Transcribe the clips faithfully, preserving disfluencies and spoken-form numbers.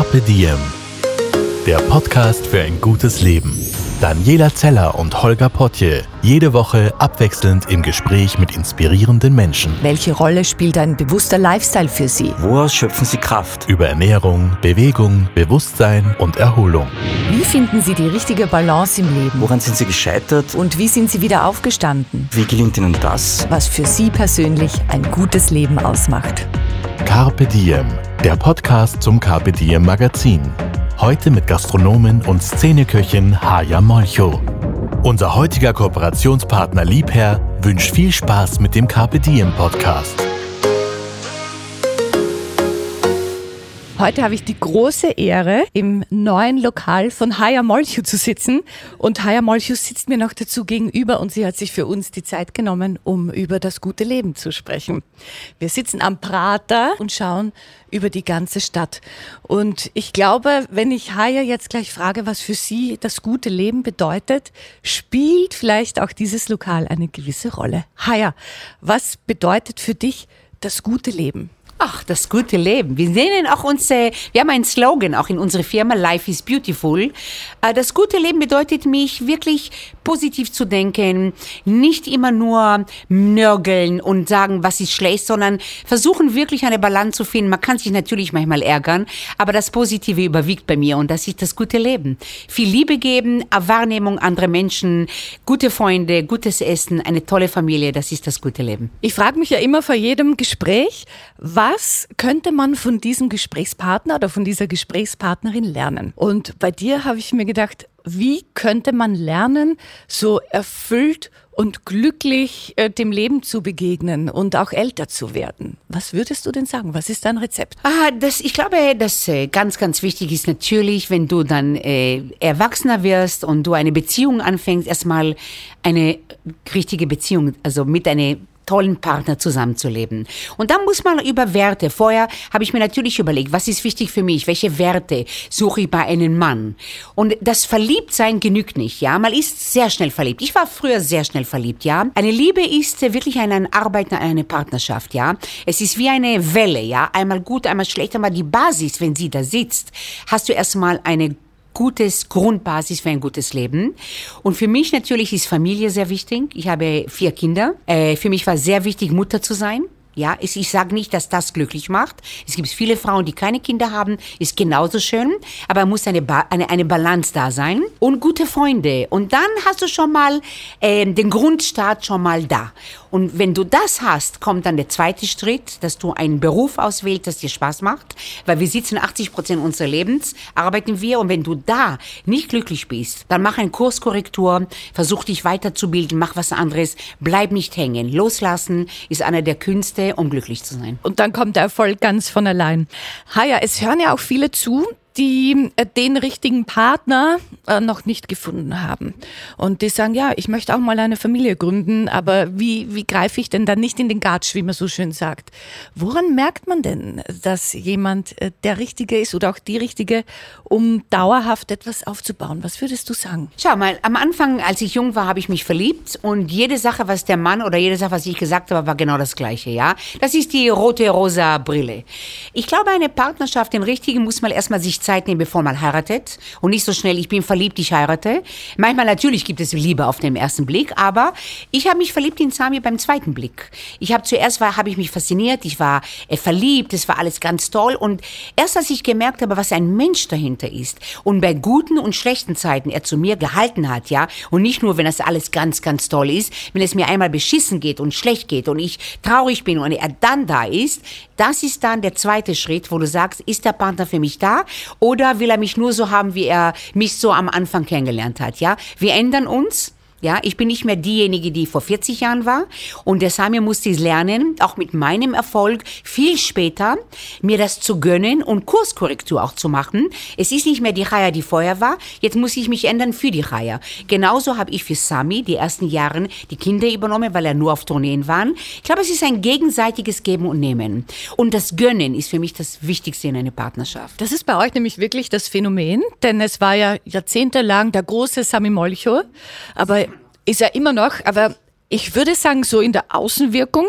Carpe Diem, der Podcast für ein gutes Leben. Daniela Zeller und Holger Potje, jede Woche abwechselnd im Gespräch mit inspirierenden Menschen. Welche Rolle spielt ein bewusster Lifestyle für Sie? Woraus schöpfen Sie Kraft? Über Ernährung, Bewegung, Bewusstsein und Erholung. Wie finden Sie die richtige Balance im Leben? Woran sind Sie gescheitert? Und wie sind Sie wieder aufgestanden? Wie gelingt Ihnen das? Was für Sie persönlich ein gutes Leben ausmacht. Carpe Diem, der Podcast zum Carpe Diem Magazin. Heute mit Gastronomin und Szeneköchin Haja Molcho. Unser heutiger Kooperationspartner Liebherr wünscht viel Spaß mit dem Carpe Diem Podcast. Heute habe ich die große Ehre, im neuen Lokal von Haja Molcho zu sitzen. Und Haja Molcho sitzt mir noch dazu gegenüber und sie hat sich für uns die Zeit genommen, um über das gute Leben zu sprechen. Wir sitzen am Prater und schauen über die ganze Stadt. Und ich glaube, wenn ich Haja jetzt gleich frage, was für sie das gute Leben bedeutet, spielt vielleicht auch dieses Lokal eine gewisse Rolle. Haja, was bedeutet für dich das gute Leben? Ach, das gute Leben. Wir sehen auch uns, äh, wir haben einen Slogan auch in unserer Firma, Life is Beautiful. Äh, das gute Leben bedeutet mich wirklich positiv zu denken, nicht immer nur nörgeln und sagen, was ist schlecht, sondern versuchen wirklich eine Balance zu finden. Man kann sich natürlich manchmal ärgern, aber das Positive überwiegt bei mir und das ist das gute Leben. Viel Liebe geben, Wahrnehmung anderer Menschen, gute Freunde, gutes Essen, eine tolle Familie, das ist das gute Leben. Ich frage mich ja immer vor jedem Gespräch, was könnte man von diesem Gesprächspartner oder von dieser Gesprächspartnerin lernen? Und bei dir habe ich mir gedacht, wie könnte man lernen, so erfüllt und glücklich äh, dem Leben zu begegnen und auch älter zu werden? Was würdest du denn sagen? Was ist dein Rezept? Ah, das, ich glaube, das äh, ganz, ganz wichtig ist natürlich, wenn du dann äh, erwachsener wirst und du eine Beziehung anfängst, erstmal eine richtige Beziehung, also mit einer tollen Partner zusammenzuleben. Und dann muss man über Werte. Vorher habe ich mir natürlich überlegt, was ist wichtig für mich? Welche Werte suche ich bei einem Mann? Und das Verliebtsein genügt nicht, ja. Man ist sehr schnell verliebt. Ich war früher sehr schnell verliebt, ja. Eine Liebe ist wirklich eine Arbeit, eine Partnerschaft, ja. Es ist wie eine Welle, ja. Einmal gut, einmal schlecht, aber die Basis, wenn sie da sitzt, hast du erstmal eine gutes Grundbasis für ein gutes Leben. Und für mich natürlich ist Familie sehr wichtig. Ich habe vier Kinder. Äh, für mich war sehr wichtig, Mutter zu sein. Ja, ich sage nicht, dass das glücklich macht. Es gibt viele Frauen, die keine Kinder haben, ist genauso schön. Aber muss eine, ba- eine, eine Balance da sein. Und gute Freunde. Und dann hast du schon mal äh, den Grundstart schon mal da. Und wenn du das hast, kommt dann der zweite Schritt, dass du einen Beruf auswählst, das dir Spaß macht. Weil wir sitzen achtzig Prozent unseres Lebens, arbeiten wir. Und wenn du da nicht glücklich bist, dann mach eine Kurskorrektur, versuch dich weiterzubilden, mach was anderes, bleib nicht hängen. Loslassen ist einer der Künste, um glücklich zu sein. Und dann kommt der Erfolg ganz von allein. Haja, es hören ja auch viele zu, die äh, den richtigen Partner äh, noch nicht gefunden haben. Und die sagen, ja, ich möchte auch mal eine Familie gründen, aber wie, wie greife ich denn dann nicht in den Gatsch, wie man so schön sagt? Woran merkt man denn, dass jemand äh, der Richtige ist oder auch die Richtige, um dauerhaft etwas aufzubauen? Was würdest du sagen? Schau mal, am Anfang, als ich jung war, habe ich mich verliebt und jede Sache, was der Mann oder jede Sache, was ich gesagt habe, war genau das Gleiche, ja? Das ist die rote-rosa Brille. Ich glaube, eine Partnerschaft, den Richtigen, muss man erstmal sich Zeit nehmen, bevor man heiratet und nicht so schnell, ich bin verliebt, ich heirate. Manchmal natürlich gibt es Liebe auf den ersten Blick, aber ich habe mich verliebt in Sami beim zweiten Blick. Ich habe zuerst war, habe ich mich fasziniert, ich war äh, verliebt, es war alles ganz toll und erst als ich gemerkt habe, was ein Mensch dahinter ist und bei guten und schlechten Zeiten er zu mir gehalten hat, ja, und nicht nur, wenn das alles ganz, ganz toll ist, wenn es mir einmal beschissen geht und schlecht geht und ich traurig bin und er dann da ist, das ist dann der zweite Schritt, wo du sagst, ist der Partner für mich da? Oder will er mich nur so haben, wie er mich so am Anfang kennengelernt hat, ja? Wir ändern uns. Ja, ich bin nicht mehr diejenige, die vor vierzig Jahren war. Und der Samir musste es lernen, auch mit meinem Erfolg, viel später, mir das zu gönnen und Kurskorrektur auch zu machen. Es ist nicht mehr die Chaya, die vorher war. Jetzt muss ich mich ändern für die Chaya. Genauso habe ich für Sami die ersten Jahre die Kinder übernommen, weil er nur auf Tourneen war. Ich glaube, es ist ein gegenseitiges Geben und Nehmen. Und das Gönnen ist für mich das Wichtigste in einer Partnerschaft. Das ist bei euch nämlich wirklich das Phänomen, denn es war ja jahrzehntelang der große Sami Molcho, aber ist er immer noch, aber ich würde sagen, so in der Außenwirkung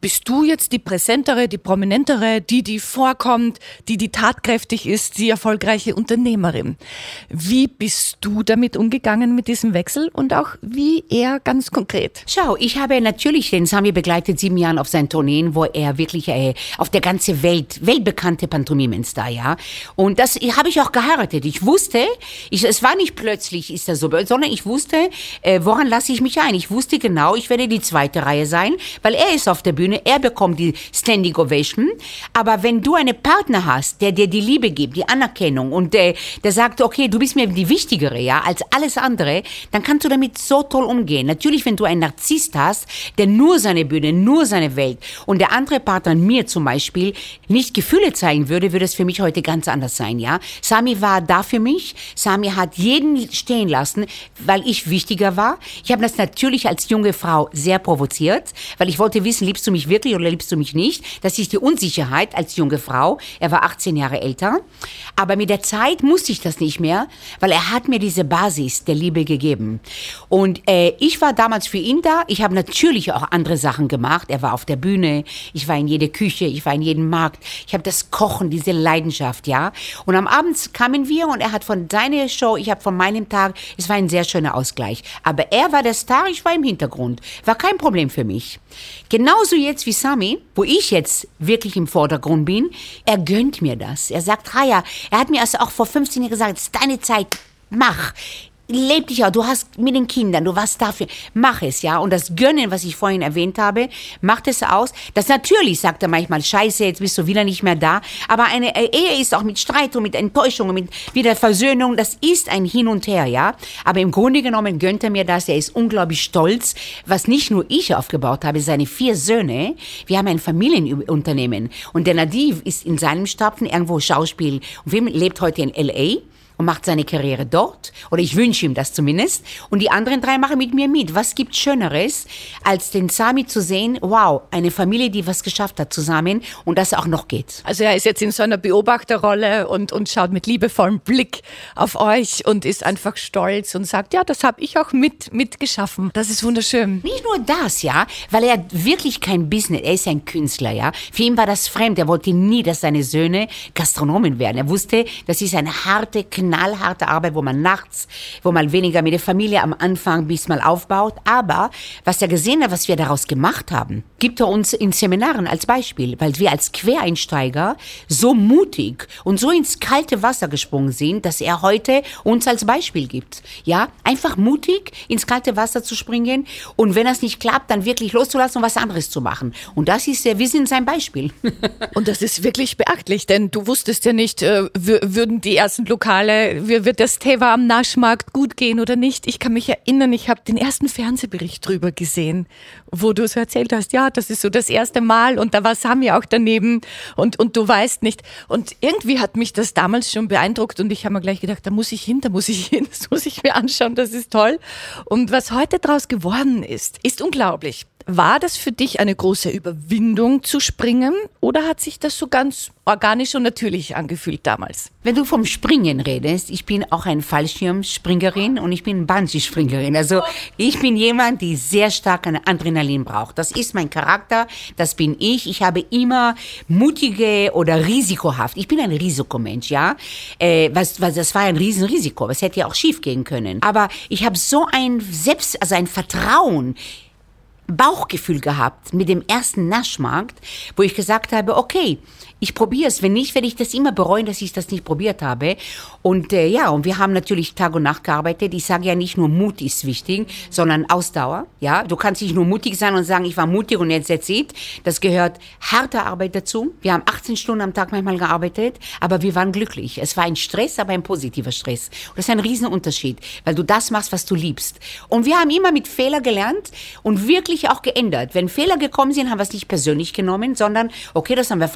bist du jetzt die präsentere, die prominentere, die, die vorkommt, die, die tatkräftig ist, die erfolgreiche Unternehmerin. Wie bist du damit umgegangen mit diesem Wechsel und auch wie eher ganz konkret? Schau, ich habe natürlich den Sami begleitet sieben Jahre auf seinen Tourneen, wo er wirklich äh, auf der ganzen Welt, weltbekannte Pantomimenstar, ja. Und das habe ich auch geheiratet. Ich wusste, ich, es war nicht plötzlich, ist das so, sondern ich wusste, äh, woran lasse ich mich ein. Ich wusste genau, ich werde die zweite Reihe sein, weil er ist auf der Bühne, er bekommt die Standing Ovation. Aber wenn du einen Partner hast, der dir die Liebe gibt, die Anerkennung und der, der sagt, okay, du bist mir die Wichtigere, ja, als alles andere, dann kannst du damit so toll umgehen. Natürlich, wenn du einen Narzisst hast, der nur seine Bühne, nur seine Welt und der andere Partner, mir zum Beispiel, nicht Gefühle zeigen würde, würde es für mich heute ganz anders sein, ja. Sami war da für mich. Sami hat jeden stehen lassen, weil ich wichtiger war. Ich habe das natürlich als junge Frau sehr provoziert, weil ich wollte wissen, liebst du mich wirklich oder liebst du mich nicht? Das ist die Unsicherheit als junge Frau. Er war achtzehn Jahre älter. Aber mit der Zeit musste ich das nicht mehr, weil er hat mir diese Basis der Liebe gegeben. Und äh, ich war damals für ihn da. Ich habe natürlich auch andere Sachen gemacht. Er war auf der Bühne. Ich war in jeder Küche. Ich war in jedem Markt. Ich habe das Kochen, diese Leidenschaft, ja. Und am Abend kamen wir und er hat von seiner Show, ich habe von meinem Tag, es war ein sehr schöner Ausgleich. Aber er war der Star, ich war im Hintergrund. War kein Problem für mich. Genauso jetzt wie Sami, wo ich jetzt wirklich im Vordergrund bin, er gönnt mir das. Er sagt, Raya, er hat mir also auch vor fünfzehn Jahren gesagt, es ist deine Zeit, mach. Leb dich auch, du hast mit den Kindern, du warst dafür, mach es, ja. Und das Gönnen, was ich vorhin erwähnt habe, macht es aus. Das natürlich sagt er manchmal, scheiße, jetzt bist du wieder nicht mehr da. Aber eine Ehe ist auch mit Streit und mit Enttäuschung und mit wieder Versöhnung, das ist ein Hin und Her, ja. Aber im Grunde genommen gönnt er mir das, er ist unglaublich stolz, was nicht nur ich aufgebaut habe, seine vier Söhne. Wir haben ein Familienunternehmen. Und der Nadiv ist in seinem Stapfen irgendwo Schauspiel und lebt heute in L A und macht seine Karriere dort. Oder ich wünsche ihm das zumindest. Und die anderen drei machen mit mir mit. Was gibt Schöneres, als den Sami zu sehen, wow, eine Familie, die was geschafft hat zusammen und das auch noch geht. Also er ist jetzt in so einer Beobachterrolle und, und schaut mit liebevollem Blick auf euch und ist einfach stolz und sagt, ja, das habe ich auch mit, mit geschaffen. Das ist wunderschön. Nicht nur das, ja, weil er wirklich kein Business, er ist ein Künstler, ja. Für ihn war das fremd. Er wollte nie, dass seine Söhne Gastronomen werden. Er wusste, das ist eine harte, knallharte Arbeit, wo man nachts, wo man weniger mit der Familie am Anfang bis mal aufbaut. Aber was er gesehen hat, was wir daraus gemacht haben, gibt er uns in Seminaren als Beispiel, weil wir als Quereinsteiger so mutig und so ins kalte Wasser gesprungen sind, dass er heute uns als Beispiel gibt. Ja, einfach mutig ins kalte Wasser zu springen und wenn das nicht klappt, dann wirklich loszulassen und was anderes zu machen. Und das ist, wir sind sein Beispiel. Und das ist wirklich beachtlich, denn du wusstest ja nicht, äh, würden die ersten Lokale, wird das Teva am Naschmarkt gut gehen oder nicht. Ich kann mich erinnern, ich habe den ersten Fernsehbericht drüber gesehen, wo du so erzählt hast, ja, das ist so das erste Mal und da war Sami auch daneben und, und du weißt nicht. Und irgendwie hat mich das damals schon beeindruckt und ich habe mir gleich gedacht, da muss ich hin, da muss ich hin, das muss ich mir anschauen, das ist toll. Und was heute draus geworden ist, ist unglaublich. War das für dich eine große Überwindung zu springen oder hat sich das so ganz organisch und natürlich angefühlt damals? Wenn du vom Springen redest, ich bin auch ein Fallschirmspringerin und ich bin Bungee-Springerin. Also ich bin jemand, die sehr stark an Adrenalin braucht. Das ist mein Charakter, das bin ich. Ich habe immer mutige oder risikohaft. Ich bin ein Risikomensch, ja. Äh, was, was, das war ein Riesenrisiko. Das hätte ja auch schief gehen können. Aber ich habe so ein Selbst, also ein Vertrauen, Bauchgefühl gehabt mit dem ersten Naschmarkt, wo ich gesagt habe, okay, ich probiere es. Wenn nicht, werde ich das immer bereuen, dass ich das nicht probiert habe. Und äh, ja, und wir haben natürlich Tag und Nacht gearbeitet. Ich sage ja nicht nur Mut ist wichtig, sondern Ausdauer. Ja, du kannst nicht nur mutig sein und sagen, ich war mutig und jetzt that's it. Das gehört harte Arbeit dazu. Wir haben achtzehn Stunden am Tag manchmal gearbeitet, aber wir waren glücklich. Es war ein Stress, aber ein positiver Stress. Und das ist ein Riesenunterschied, weil du das machst, was du liebst. Und wir haben immer mit Fehlern gelernt und wirklich auch geändert. Wenn Fehler gekommen sind, haben wir es nicht persönlich genommen, sondern okay, das haben wir falsch gemacht.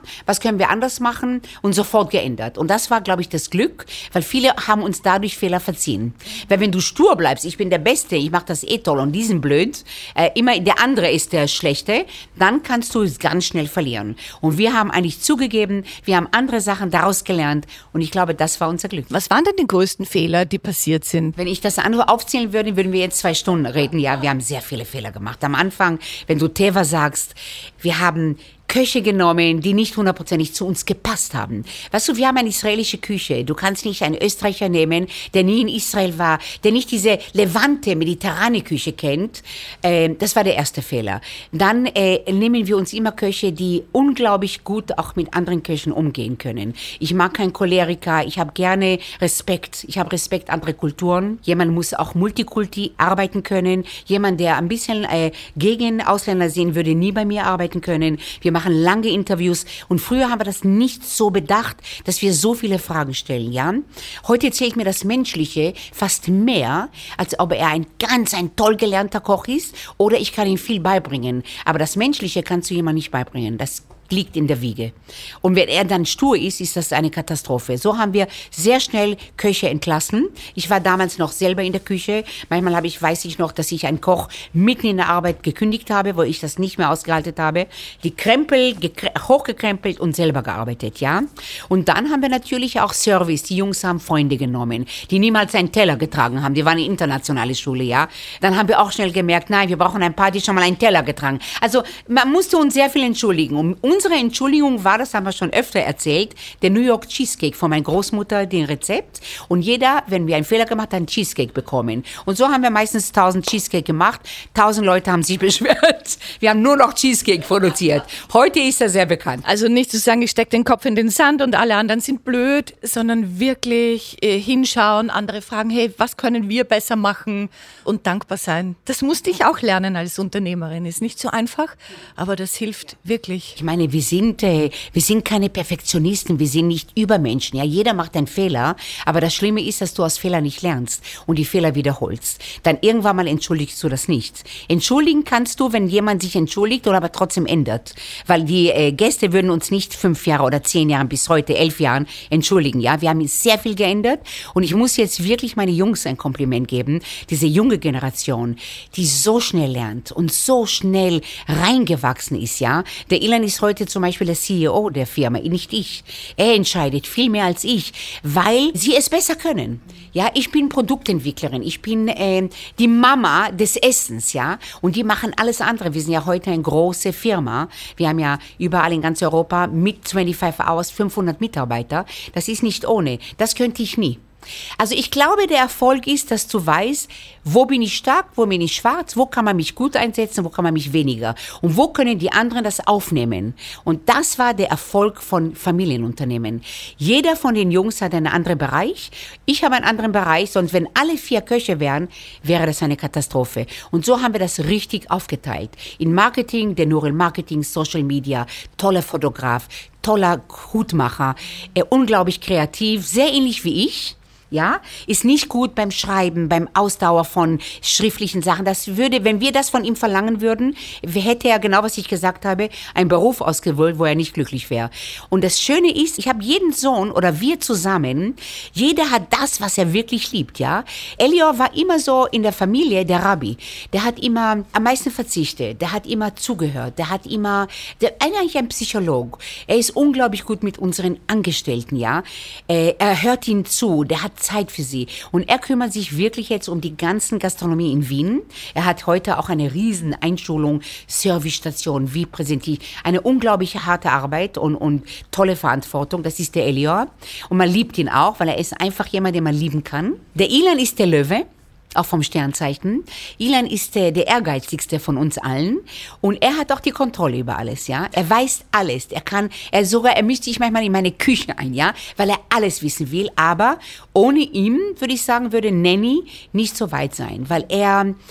gemacht, was können wir anders machen und sofort geändert. Und das war, glaube ich, das Glück, weil viele haben uns dadurch Fehler verziehen. Weil wenn du stur bleibst, ich bin der Beste, ich mache das eh toll und die sind blöd, äh, immer der andere ist der Schlechte, dann kannst du es ganz schnell verlieren. Und wir haben eigentlich zugegeben, wir haben andere Sachen daraus gelernt und ich glaube, das war unser Glück. Was waren denn die größten Fehler, die passiert sind? Wenn ich das andere aufzählen würde, würden wir jetzt zwei Stunden reden. Ja, wir haben sehr viele Fehler gemacht. Am Anfang, wenn du Teva sagst, wir haben Köche genommen, die nicht hundertprozentig zu uns gepasst haben. Weißt du, wir haben eine israelische Küche. Du kannst nicht einen Österreicher nehmen, der nie in Israel war, der nicht diese levante, mediterrane Küche kennt. Äh, das war der erste Fehler. Dann äh, nehmen wir uns immer Köche, die unglaublich gut auch mit anderen Köchen umgehen können. Ich mag keinen Choleriker, ich habe gerne Respekt. Ich habe Respekt andere Kulturen. Jemand muss auch Multikulti arbeiten können. Jemand, der ein bisschen äh, gegen Ausländer sehen würde, nie bei mir arbeiten können. Wir machen lange Interviews und früher haben wir das nicht so bedacht, dass wir so viele Fragen stellen, ja. Heute zählt mir das Menschliche fast mehr, als ob er ein ganz, ein toll gelernter Koch ist oder ich kann ihm viel beibringen. Aber das Menschliche kannst du jemandem nicht beibringen. Das liegt in der Wiege. Und wenn er dann stur ist, ist das eine Katastrophe. So haben wir sehr schnell Köche entlassen. Ich war damals noch selber in der Küche. Manchmal habe ich, weiß ich noch, dass ich einen Koch mitten in der Arbeit gekündigt habe, wo ich das nicht mehr ausgehalten habe. Die Krempel, hochgekrempelt und selber gearbeitet, ja. Und dann haben wir natürlich auch Service. Die Jungs haben Freunde genommen, die niemals einen Teller getragen haben. Die waren eine internationale Schule, ja. Dann haben wir auch schnell gemerkt, nein, wir brauchen ein paar, die schon mal einen Teller getragen. Also man musste uns sehr viel entschuldigen. Um Unsere Entschuldigung war, das haben wir schon öfter erzählt, der New York Cheesecake von meiner Großmutter, den Rezept. Und jeder, wenn wir einen Fehler gemacht haben, einen Cheesecake bekommen. Und so haben wir meistens tausend Cheesecake gemacht. Tausend Leute haben sich beschwert. Wir haben nur noch Cheesecake produziert. Heute ist er sehr bekannt. Also nicht zu sagen, ich stecke den Kopf in den Sand und alle anderen sind blöd, sondern wirklich äh, hinschauen, andere fragen, hey, was können wir besser machen und dankbar sein. Das musste ich auch lernen als Unternehmerin. Ist nicht so einfach, aber das hilft wirklich. Ich meine, wir sind, äh, wir sind keine Perfektionisten, wir sind nicht Übermenschen. Ja, jeder macht einen Fehler, aber das Schlimme ist, dass du aus Fehlern nicht lernst und die Fehler wiederholst. Dann irgendwann mal entschuldigst du das nicht. Entschuldigen kannst du, wenn jemand sich entschuldigt oder aber trotzdem ändert. Weil die äh, Gäste würden uns nicht fünf Jahre oder zehn Jahre bis heute, elf Jahren entschuldigen. Ja, wir haben sehr viel geändert und ich muss jetzt wirklich meine Jungs ein Kompliment geben. Diese junge Generation, die so schnell lernt und so schnell reingewachsen ist, ja. Der Ilan ist heute zum Beispiel der C E O der Firma, nicht ich. Er entscheidet viel mehr als ich, weil sie es besser können. Ja, ich bin Produktentwicklerin, ich bin äh, die Mama des Essens, ja, und die machen alles andere. Wir sind ja heute eine große Firma. Wir haben ja überall in ganz Europa mit fünfundzwanzig Hours fünfhundert Mitarbeiter. Das ist nicht ohne. Das könnte ich nie. Also ich glaube, der Erfolg ist, dass du weißt, wo bin ich stark, wo bin ich schwarz, wo kann man mich gut einsetzen, wo kann man mich weniger und wo können die anderen das aufnehmen. Und das war der Erfolg von Familienunternehmen. Jeder von den Jungs hat einen anderen Bereich. Ich habe einen anderen Bereich, sonst wenn alle vier Köche wären, wäre das eine Katastrophe. Und so haben wir das richtig aufgeteilt. In Marketing, der Nurel Marketing, Social Media, toller Fotograf, toller Hutmacher, äh, unglaublich kreativ, sehr ähnlich wie ich. Ja, ist nicht gut beim Schreiben, beim Ausdauer von schriftlichen Sachen. Das würde, wenn wir das von ihm verlangen würden, hätte er genau, was ich gesagt habe, einen Beruf ausgewählt, wo er nicht glücklich wäre. Und das Schöne ist, ich habe jeden Sohn oder wir zusammen, jeder hat das, was er wirklich liebt, ja. Elior war immer so in der Familie der Rabbi. Der hat immer am meisten verzichtet, der hat immer zugehört, der hat immer, der, eigentlich ein Psychologe. Er ist unglaublich gut mit unseren Angestellten, ja. Er, er hört ihnen zu, der hat Zeit für sie. Und er kümmert sich wirklich jetzt um die ganzen Gastronomie in Wien. Er hat heute auch eine riesen Einschulung, Servicestation, wie präsentiere ich. Eine unglaublich harte Arbeit und, und tolle Verantwortung. Das ist der Elior. Und man liebt ihn auch, weil er ist einfach jemand, den man lieben kann. Der Ilan ist der Löwe. Auch vom Sternzeichen. Ilan ist der, der ehrgeizigste von uns allen und er hat auch die Kontrolle über alles, ja. Er weiß alles. Er kann, er sogar, er mischt sich manchmal in meine Küche ein, ja, weil er alles wissen will. Aber ohne ihn, würde ich sagen, würde Nanny nicht so weit sein, weil er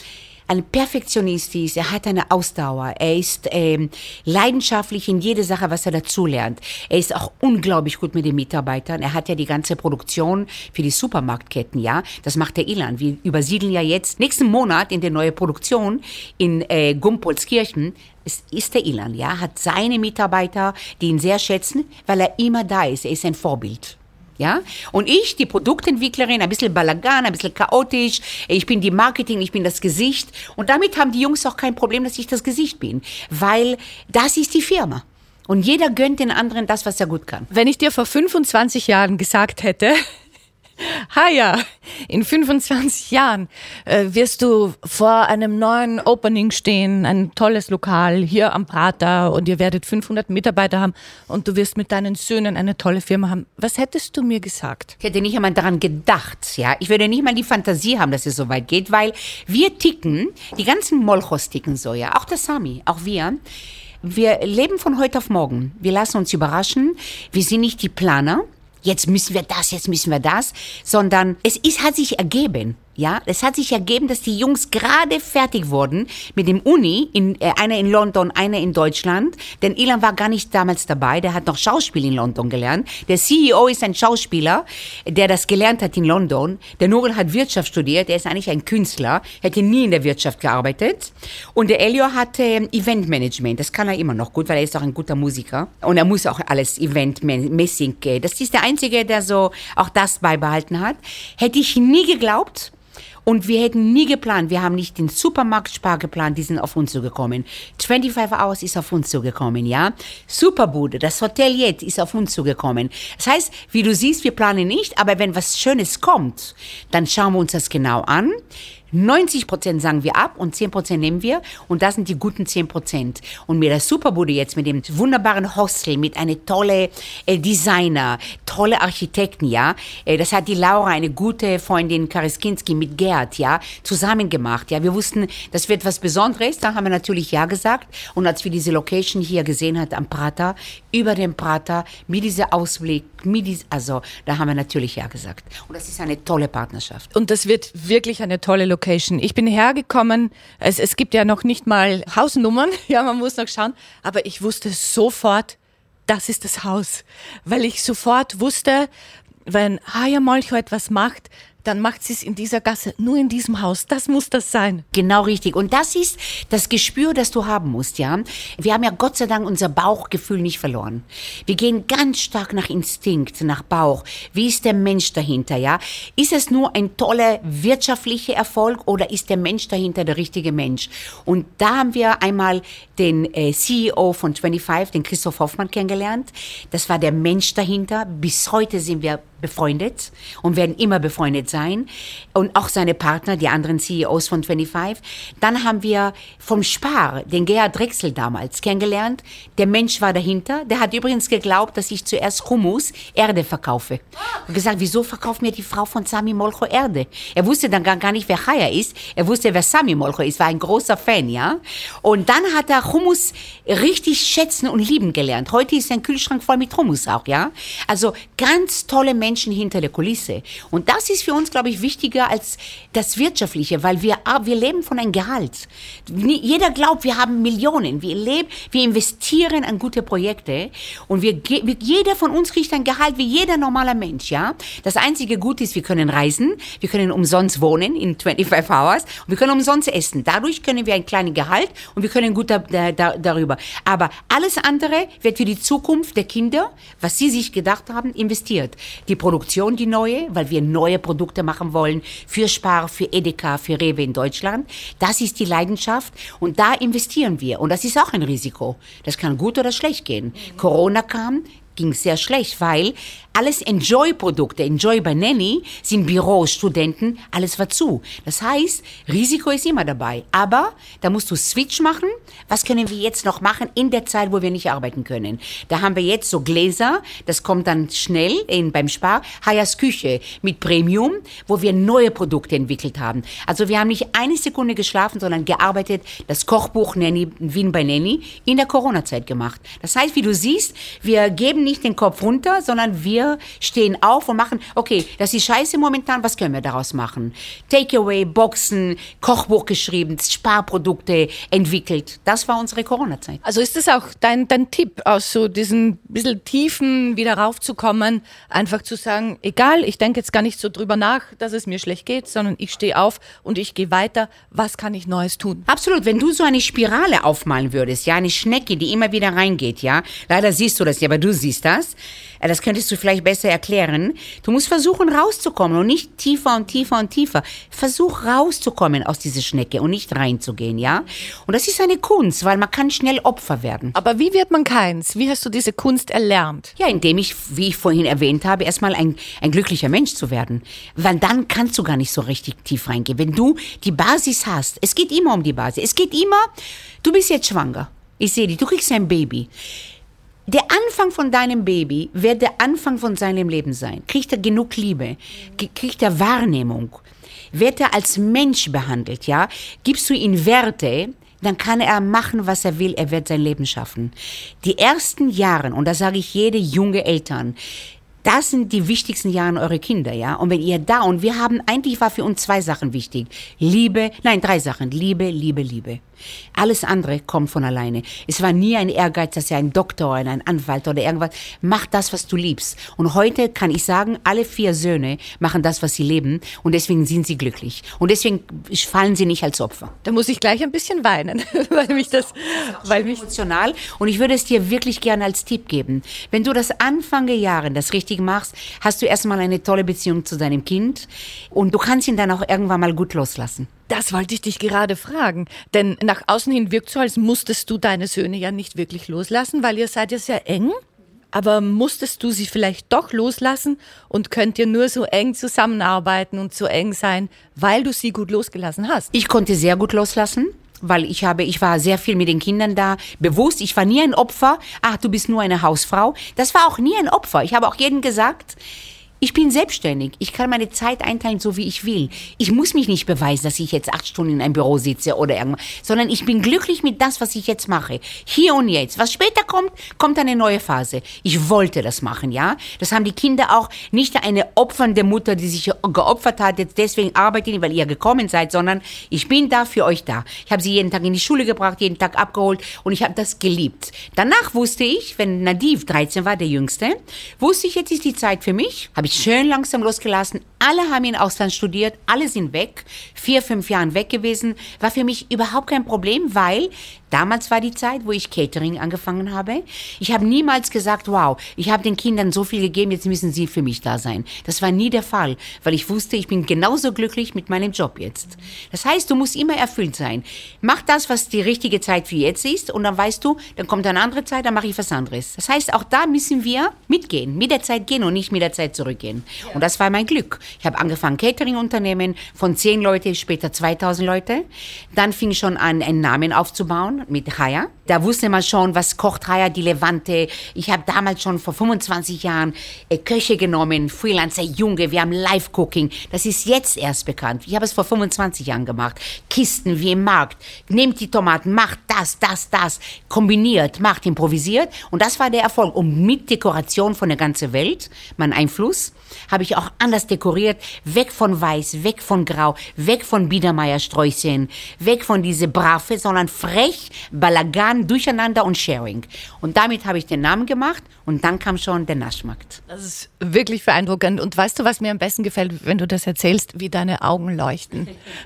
ein Perfektionist ist, er hat eine Ausdauer, er ist ähm, leidenschaftlich in jede Sache, was er dazulernt. Er ist auch unglaublich gut mit den Mitarbeitern. Er hat ja die ganze Produktion für die Supermarktketten, ja. Das macht der Ilan. Wir übersiedeln ja jetzt nächsten Monat in die neue Produktion in äh, Gumpoldskirchen. Es ist der Ilan, ja, hat seine Mitarbeiter, die ihn sehr schätzen, weil er immer da ist. Er ist ein Vorbild. Ja? Und ich, die Produktentwicklerin, ein bisschen Balagan, ein bisschen chaotisch, ich bin die Marketing, ich bin das Gesicht. Und damit haben die Jungs auch kein Problem, dass ich das Gesicht bin, weil das ist die Firma. Und jeder gönnt den anderen das, was er gut kann. Wenn ich dir vor fünfundzwanzig Jahren gesagt hätte, Haya, in fünfundzwanzig Jahren äh, wirst du vor einem neuen Opening stehen, ein tolles Lokal hier am Prater und ihr werdet fünfhundert Mitarbeiter haben und du wirst mit deinen Söhnen eine tolle Firma haben. Was hättest du mir gesagt? Ich hätte nicht einmal daran gedacht, ja. Ich würde nicht mal die Fantasie haben, dass es so weit geht, weil wir ticken, die ganzen Molchos ticken so, ja. Auch der Sami, auch wir. Wir leben von heute auf morgen. Wir lassen uns überraschen. Wir sind nicht die Planer. Jetzt müssen wir das, jetzt müssen wir das, sondern es ist, hat sich ergeben. Ja, es hat sich ergeben, dass die Jungs gerade fertig wurden mit dem Uni, in, äh, einer in London, einer in Deutschland. Denn Ilan war gar nicht damals dabei, der hat noch Schauspiel in London gelernt. Der C E O ist ein Schauspieler, der das gelernt hat in London. Der Nurul hat Wirtschaft studiert, er ist eigentlich ein Künstler, hätte nie in der Wirtschaft gearbeitet. Und der Elio hat äh, Eventmanagement, das kann er immer noch gut, weil er ist auch ein guter Musiker. Und er muss auch alles eventmäßig, äh, das ist der Einzige, der so auch das beibehalten hat. Hätte ich nie geglaubt. Und wir hätten nie geplant, wir haben nicht den Supermarktspar geplant, die sind auf uns zugekommen. fünfundzwanzig Hours ist auf uns zugekommen, ja. Superbude, das Hotel Jet ist auf uns zugekommen. Das heißt, wie du siehst, wir planen nicht, aber wenn was Schönes kommt, dann schauen wir uns das genau an. neunzig Prozent sagen wir ab und zehn Prozent nehmen wir und das sind die guten zehn Prozent. Und mit der Superbude jetzt, mit dem wunderbaren Hostel, mit einer tolle äh, Designer, tolle Architekten, ja, äh, das hat die Laura, eine gute Freundin Kariskinski mit Gerd, ja, zusammen gemacht, ja, wir wussten, das wird was Besonderes, da haben wir natürlich ja gesagt und als wir diese Location hier gesehen hat am Prater, über dem Prater, mit diesem Ausblick, mit diesem, also da haben wir natürlich ja gesagt und das ist eine tolle Partnerschaft. Und das wird wirklich eine tolle Location. Ich bin hergekommen, es, es gibt ja noch nicht mal Hausnummern, ja, man muss noch schauen, aber ich wusste sofort, das ist das Haus, weil ich sofort wusste, wenn Haya Molcho etwas macht, dann macht sie es in dieser Gasse, nur in diesem Haus. Das muss das sein. Genau richtig. Und das ist das Gespür, das du haben musst, ja. Wir haben ja Gott sei Dank unser Bauchgefühl nicht verloren. Wir gehen ganz stark nach Instinkt, nach Bauch. Wie ist der Mensch dahinter, ja? Ist es nur ein toller wirtschaftlicher Erfolg oder ist der Mensch dahinter der richtige Mensch? Und da haben wir einmal den äh, C E O von fünfundzwanzig, den Christoph Hoffmann, kennengelernt. Das war der Mensch dahinter. Bis heute sind wir befreundet und werden immer befreundet sein. Und auch seine Partner, die anderen C E Os von fünfundzwanzig. Dann haben wir vom Spar, den Gerhard Drechsel damals, kennengelernt. Der Mensch war dahinter. Der hat übrigens geglaubt, dass ich zuerst Hummus, Erde verkaufe. Und gesagt, wieso verkauft mir die Frau von Sami Molcho Erde? Er wusste dann gar, gar nicht, wer Haya ist. Er wusste, wer Sami Molcho ist. War ein großer Fan, ja. Und dann hat er Hummus richtig schätzen und lieben gelernt. Heute ist sein Kühlschrank voll mit Hummus auch, ja. Also ganz tolle Menschen hinter der Kulisse. Und das ist für uns, glaube ich, wichtiger als das Wirtschaftliche, weil wir, wir leben von einem Gehalt. Jeder glaubt, wir haben Millionen. Wir leben, wir investieren an gute Projekte und wir, jeder von uns kriegt ein Gehalt wie jeder normale Mensch, ja. Das einzige Gute ist, wir können reisen, wir können umsonst wohnen in fünfundzwanzig Hours und wir können umsonst essen. Dadurch können wir ein kleines Gehalt und wir können gut da, da, darüber. Aber alles andere wird für die Zukunft der Kinder, was sie sich gedacht haben, investiert. Die Produktion, die neue, weil wir neue Produkte machen wollen für Spar, für Edeka, für Rewe in Deutschland. Das ist die Leidenschaft und da investieren wir. Und das ist auch ein Risiko. Das kann gut oder schlecht gehen. Mhm. Corona kam, ging sehr schlecht, weil alles Enjoy-Produkte, Enjoy bei Nanny, sind Büros, Studenten, alles war zu. Das heißt, Risiko ist immer dabei. Aber da musst du Switch machen. Was können wir jetzt noch machen in der Zeit, wo wir nicht arbeiten können? Da haben wir jetzt so Gläser, das kommt dann schnell in, beim Spar, Hayas Küche mit Premium, wo wir neue Produkte entwickelt haben. Also wir haben nicht eine Sekunde geschlafen, sondern gearbeitet, das Kochbuch Nanny, Wien bei Nanny in der Corona-Zeit gemacht. Das heißt, wie du siehst, wir geben nicht nicht den Kopf runter, sondern wir stehen auf und machen, okay, das ist scheiße momentan, was können wir daraus machen? Takeaway, Boxen, Kochbuch geschrieben, Sparprodukte entwickelt. Das war unsere Corona-Zeit. Also ist das auch dein, dein Tipp, aus so diesen bisschen Tiefen wieder raufzukommen, einfach zu sagen, egal, ich denke jetzt gar nicht so drüber nach, dass es mir schlecht geht, sondern ich stehe auf und ich gehe weiter. Was kann ich Neues tun? Absolut. Wenn du so eine Spirale aufmalen würdest, ja, eine Schnecke, die immer wieder reingeht, ja, leider siehst du das nicht, aber du siehst das, das könntest du vielleicht besser erklären. Du musst versuchen rauszukommen und nicht tiefer und tiefer und tiefer. Versuch rauszukommen aus dieser Schnecke und nicht reinzugehen, ja. Und das ist eine Kunst, weil man kann schnell Opfer werden. Aber wie wird man keins? Wie hast du diese Kunst erlernt? Ja, indem ich, wie ich vorhin erwähnt habe, erstmal ein, ein glücklicher Mensch zu werden. Weil dann kannst du gar nicht so richtig tief reingehen. Wenn du die Basis hast, es geht immer um die Basis. Es geht immer, du bist jetzt schwanger. Ich sehe dich, du kriegst ein Baby. Der Anfang von deinem Baby wird der Anfang von seinem Leben sein. Kriegt er genug Liebe? Kriegt er Wahrnehmung? Wird er als Mensch behandelt, ja? Gibst du ihm Werte, dann kann er machen, was er will. Er wird sein Leben schaffen. Die ersten Jahre, und das sage ich jede junge Eltern, das sind die wichtigsten Jahre eurer Kinder, ja? Und wenn ihr da, und wir haben, eigentlich war für uns zwei Sachen wichtig. Liebe, nein, drei Sachen. Liebe, Liebe, Liebe. Alles andere kommt von alleine. Es war nie ein Ehrgeiz, dass ihr ein Doktor oder ein Anwalt oder irgendwas, mach das, was du liebst. Und heute kann ich sagen, alle vier Söhne machen das, was sie leben, und deswegen sind sie glücklich. Und deswegen fallen sie nicht als Opfer. Da muss ich gleich ein bisschen weinen, weil mich das, weil mich emotional. Und ich würde es dir wirklich gerne als Tipp geben. Wenn du das Anfang der Jahre das richtig machst, hast du erstmal eine tolle Beziehung zu deinem Kind und du kannst ihn dann auch irgendwann mal gut loslassen. Das wollte ich dich gerade fragen, denn nach außen hin wirkt so, als musstest du deine Söhne ja nicht wirklich loslassen, weil ihr seid ja sehr eng. Aber musstest du sie vielleicht doch loslassen und könnt ihr nur so eng zusammenarbeiten und so eng sein, weil du sie gut losgelassen hast? Ich konnte sehr gut loslassen, weil ich habe, ich war sehr viel mit den Kindern da, bewusst. Ich war nie ein Opfer. Ach, du bist nur eine Hausfrau. Das war auch nie ein Opfer. Ich habe auch jedem gesagt, ich bin selbstständig. Ich kann meine Zeit einteilen, so wie ich will. Ich muss mich nicht beweisen, dass ich jetzt acht Stunden in einem Büro sitze oder irgendwas, sondern ich bin glücklich mit das, was ich jetzt mache. Hier und jetzt. Was später kommt, kommt eine neue Phase. Ich wollte das machen, ja. Das haben die Kinder auch, nicht eine opfernde Mutter, die sich geopfert hat, jetzt deswegen arbeite ich, weil ihr gekommen seid, sondern ich bin da für euch da. Ich habe sie jeden Tag in die Schule gebracht, jeden Tag abgeholt und ich habe das geliebt. Danach wusste ich, wenn Nadiv dreizehn war, der Jüngste, wusste ich, jetzt ist die Zeit für mich. Habe ich schön langsam losgelassen. Alle haben in Ausland studiert, alle sind weg, vier, fünf Jahren weg gewesen. War für mich überhaupt kein Problem, weil damals war die Zeit, wo ich Catering angefangen habe. Ich habe niemals gesagt, wow, ich habe den Kindern so viel gegeben, jetzt müssen sie für mich da sein. Das war nie der Fall, weil ich wusste, ich bin genauso glücklich mit meinem Job jetzt. Das heißt, du musst immer erfüllt sein. Mach das, was die richtige Zeit für jetzt ist, und dann weißt du, dann kommt eine andere Zeit, dann mache ich was anderes. Das heißt, auch da müssen wir mitgehen, mit der Zeit gehen und nicht mit der Zeit zurückgehen. Ja. Und das war mein Glück. Ich habe angefangen, Catering-Unternehmen von zehn Leute, später zweitausend Leute. Dann fing schon an, einen Namen aufzubauen mit Haya. Da wusste man schon, was kocht Haya, die Levante. Ich habe damals schon vor fünfundzwanzig Jahren äh, Köche genommen, Freelancer, Junge, wir haben Live-Cooking. Das ist jetzt erst bekannt. Ich habe es vor fünfundzwanzig Jahren gemacht. Kisten wie im Markt. Nehmt die Tomaten, macht das, das, das. Kombiniert, macht, improvisiert. Und das war der Erfolg. Und mit Dekoration von der ganzen Welt, mein Einfluss, habe ich auch anders dekoriert. Weg von Weiß, weg von Grau, weg von Biedermeier-Sträußchen, weg von diese Brave, sondern frech, Balagan, Durcheinander und Sharing. Und damit habe ich den Namen gemacht und dann kam schon der Naschmarkt. Das ist wirklich beeindruckend. Und weißt du, was mir am besten gefällt, wenn du das erzählst, wie deine Augen leuchten?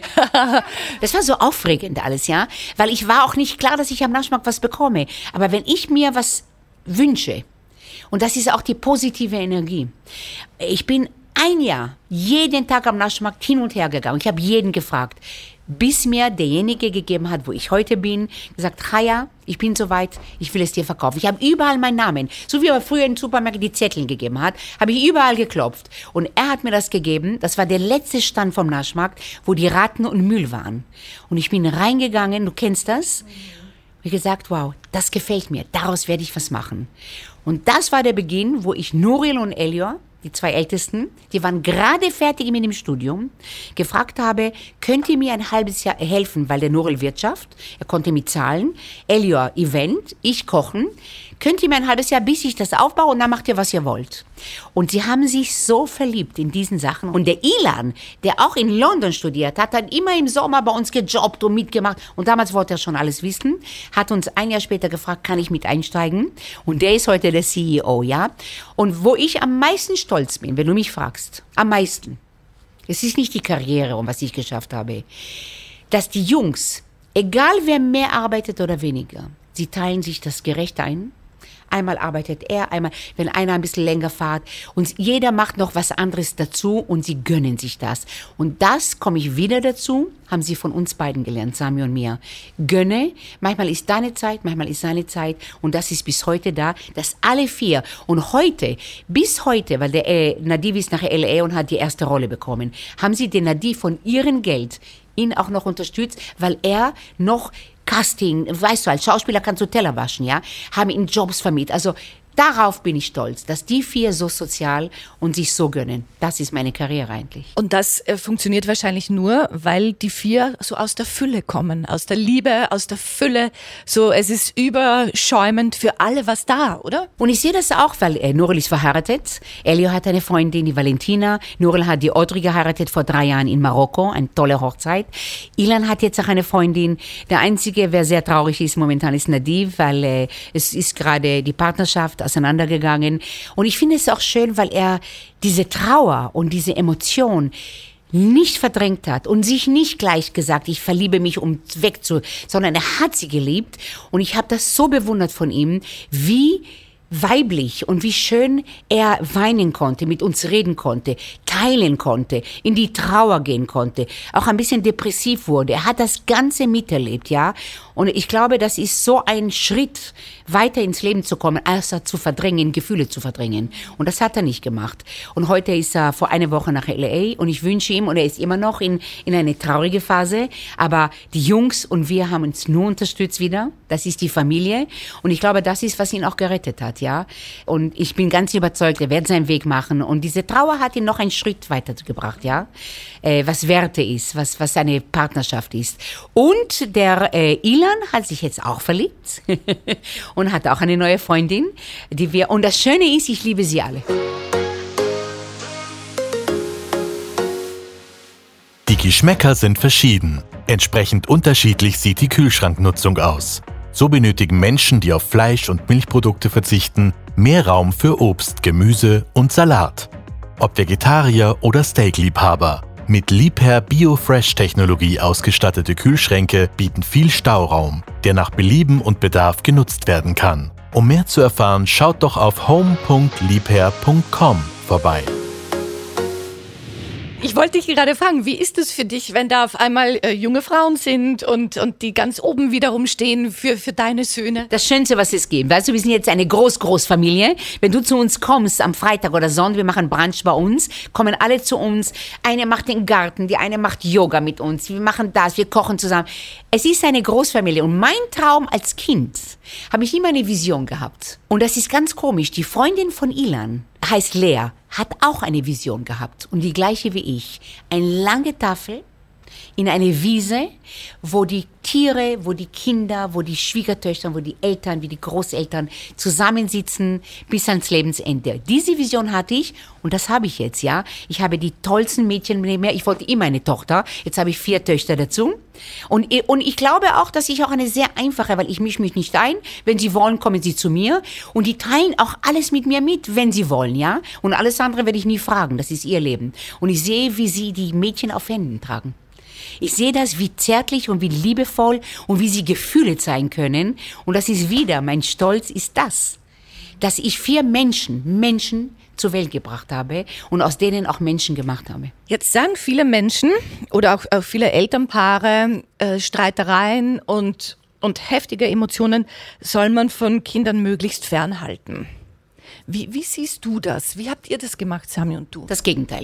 Das war so aufregend alles, ja, weil ich war auch nicht klar, dass ich am Naschmarkt was bekomme. Aber wenn ich mir was wünsche, und das ist auch die positive Energie. Ich bin ein Jahr jeden Tag am Naschmarkt hin und her gegangen. Ich habe jeden gefragt, bis mir derjenige gegeben hat, wo ich heute bin, gesagt, Haya, ich bin soweit, ich will es dir verkaufen. Ich habe überall meinen Namen, so wie er früher im Supermarkt die Zettel gegeben hat, habe ich überall geklopft. Und er hat mir das gegeben, das war der letzte Stand vom Naschmarkt, wo die Ratten und Müll waren. Und ich bin reingegangen, du kennst das, und gesagt, wow, das gefällt mir, daraus werde ich was machen. Und das war der Beginn, wo ich Nuriel und Elior, die zwei Ältesten, die waren gerade fertig mit dem Studium, gefragt habe, könnt ihr mir ein halbes Jahr helfen, weil der Nuriel Wirtschaft, er konnte mit zahlen, Elior Event, ich kochen. könnt ihr mir ein halbes Jahr, bis ich das aufbaue und dann macht ihr, was ihr wollt. Und sie haben sich so verliebt in diesen Sachen. Und der Ilan, der auch in London studiert hat, hat immer im Sommer bei uns gejobbt und mitgemacht. Und damals wollte er schon alles wissen, hat uns ein Jahr später gefragt, kann ich mit einsteigen? Und der ist heute der C E O, ja. Und wo ich am meisten stolz bin, wenn du mich fragst, am meisten, es ist nicht die Karriere und was ich geschafft habe, dass die Jungs, egal wer mehr arbeitet oder weniger, sie teilen sich das gerecht ein. Einmal arbeitet er, einmal, wenn einer ein bisschen länger fährt. Und jeder macht noch was anderes dazu und sie gönnen sich das. Und das komme ich wieder dazu, haben sie von uns beiden gelernt, Sami und mir. Gönne, manchmal ist deine Zeit, manchmal ist seine Zeit. Und das ist bis heute da, dass alle vier. Und heute, bis heute, weil der äh, Nadiv ist nach L A und hat die erste Rolle bekommen, haben sie den Nadiv von ihrem Geld ihn auch noch unterstützt, weil er noch Casting, weißt du, als Schauspieler kannst du Teller waschen, ja, haben ihm Jobs vermittelt. Also darauf bin ich stolz, dass die vier so sozial und sich so gönnen. Das ist meine Karriere eigentlich. Und das äh, funktioniert wahrscheinlich nur, weil die vier so aus der Fülle kommen, aus der Liebe, aus der Fülle. So, es ist überschäumend für alle was da, oder? Und ich sehe das auch, weil äh, Nurel ist verheiratet. Elio hat eine Freundin, die Valentina. Nurel hat die Audrey geheiratet vor drei Jahren in Marokko. Eine tolle Hochzeit. Ilan hat jetzt auch eine Freundin. Der einzige, wer sehr traurig ist momentan, ist Nadiv, weil äh, es ist gerade die Partnerschaft auseinandergegangen. Und ich finde es auch schön, weil er diese Trauer und diese Emotion nicht verdrängt hat und sich nicht gleich gesagt, ich verliebe mich, um wegzu, sondern er hat sie geliebt. Und ich habe das so bewundert von ihm, wie weiblich und wie schön er weinen konnte, mit uns reden konnte, teilen konnte, in die Trauer gehen konnte, auch ein bisschen depressiv wurde. Er hat das Ganze miterlebt, ja. Und ich glaube, das ist so ein Schritt, weiter ins Leben zu kommen, als zu verdrängen, Gefühle zu verdrängen. Und das hat er nicht gemacht. Und heute ist er vor einer Woche nach L A und ich wünsche ihm, und er ist immer noch in, in eine traurige Phase, aber die Jungs und wir haben uns nur unterstützt wieder. Das ist die Familie. Und ich glaube, das ist, was ihn auch gerettet hat, ja. Und ich bin ganz überzeugt, er wird seinen Weg machen. Und diese Trauer hat ihn noch einen Schritt weitergebracht, ja. Äh, was Werte ist, was, was eine Partnerschaft ist. Und der äh, Ilan hat sich jetzt auch verliebt und hat auch eine neue Freundin, die wir, und das Schöne ist, ich liebe sie alle. Die Geschmäcker sind verschieden. Entsprechend unterschiedlich sieht die Kühlschranknutzung aus. So benötigen Menschen, die auf Fleisch- und Milchprodukte verzichten, mehr Raum für Obst, Gemüse und Salat. Ob Vegetarier oder Steakliebhaber. Mit Liebherr Bio-Fresh-Technologie ausgestattete Kühlschränke bieten viel Stauraum, der nach Belieben und Bedarf genutzt werden kann. Um mehr zu erfahren, schaut doch auf home punkt liebherr punkt com vorbei. Ich wollte dich gerade fragen, wie ist es für dich, wenn da auf einmal äh, junge Frauen sind und, und die ganz oben wiederum stehen für, für deine Söhne? Das Schönste, was es gibt. Weißt du, wir sind jetzt eine Groß-Groß-Familie. Wenn du zu uns kommst am Freitag oder Sonntag, wir machen Brunch bei uns, kommen alle zu uns. Eine macht den Garten, die eine macht Yoga mit uns. Wir machen das, wir kochen zusammen. Es ist eine Großfamilie. Und mein Traum als Kind habe ich immer eine Vision gehabt. Und das ist ganz komisch. Die Freundin von Ilan heißt Lea, hat auch eine Vision gehabt und die gleiche wie ich. Eine lange Tafel in eine Wiese, wo die Tiere, wo die Kinder, wo die Schwiegertöchter, wo die Eltern, wie die Großeltern zusammensitzen bis ans Lebensende. Diese Vision hatte ich und das habe ich jetzt, ja. Ich habe die tollsten Mädchen neben mir. Ich wollte immer eine Tochter. Jetzt habe ich vier Töchter dazu. Und, und ich glaube auch, dass ich auch eine sehr einfache, weil ich mische mich nicht ein. Wenn sie wollen, kommen sie zu mir. Und die teilen auch alles mit mir mit, wenn sie wollen, ja. Und alles andere werde ich nie fragen. Das ist ihr Leben. Und ich sehe, wie sie die Mädchen auf Händen tragen. Ich sehe das, wie zärtlich und wie liebevoll und wie sie Gefühle zeigen können. Und das ist wieder, mein Stolz ist das, dass ich vier Menschen, Menschen zur Welt gebracht habe und aus denen auch Menschen gemacht habe. Jetzt sagen viele Menschen oder auch, auch viele Elternpaare, äh, Streitereien und, und heftige Emotionen soll man von Kindern möglichst fernhalten. Wie, wie siehst du das? Wie habt ihr das gemacht, Sami und du? Das Gegenteil.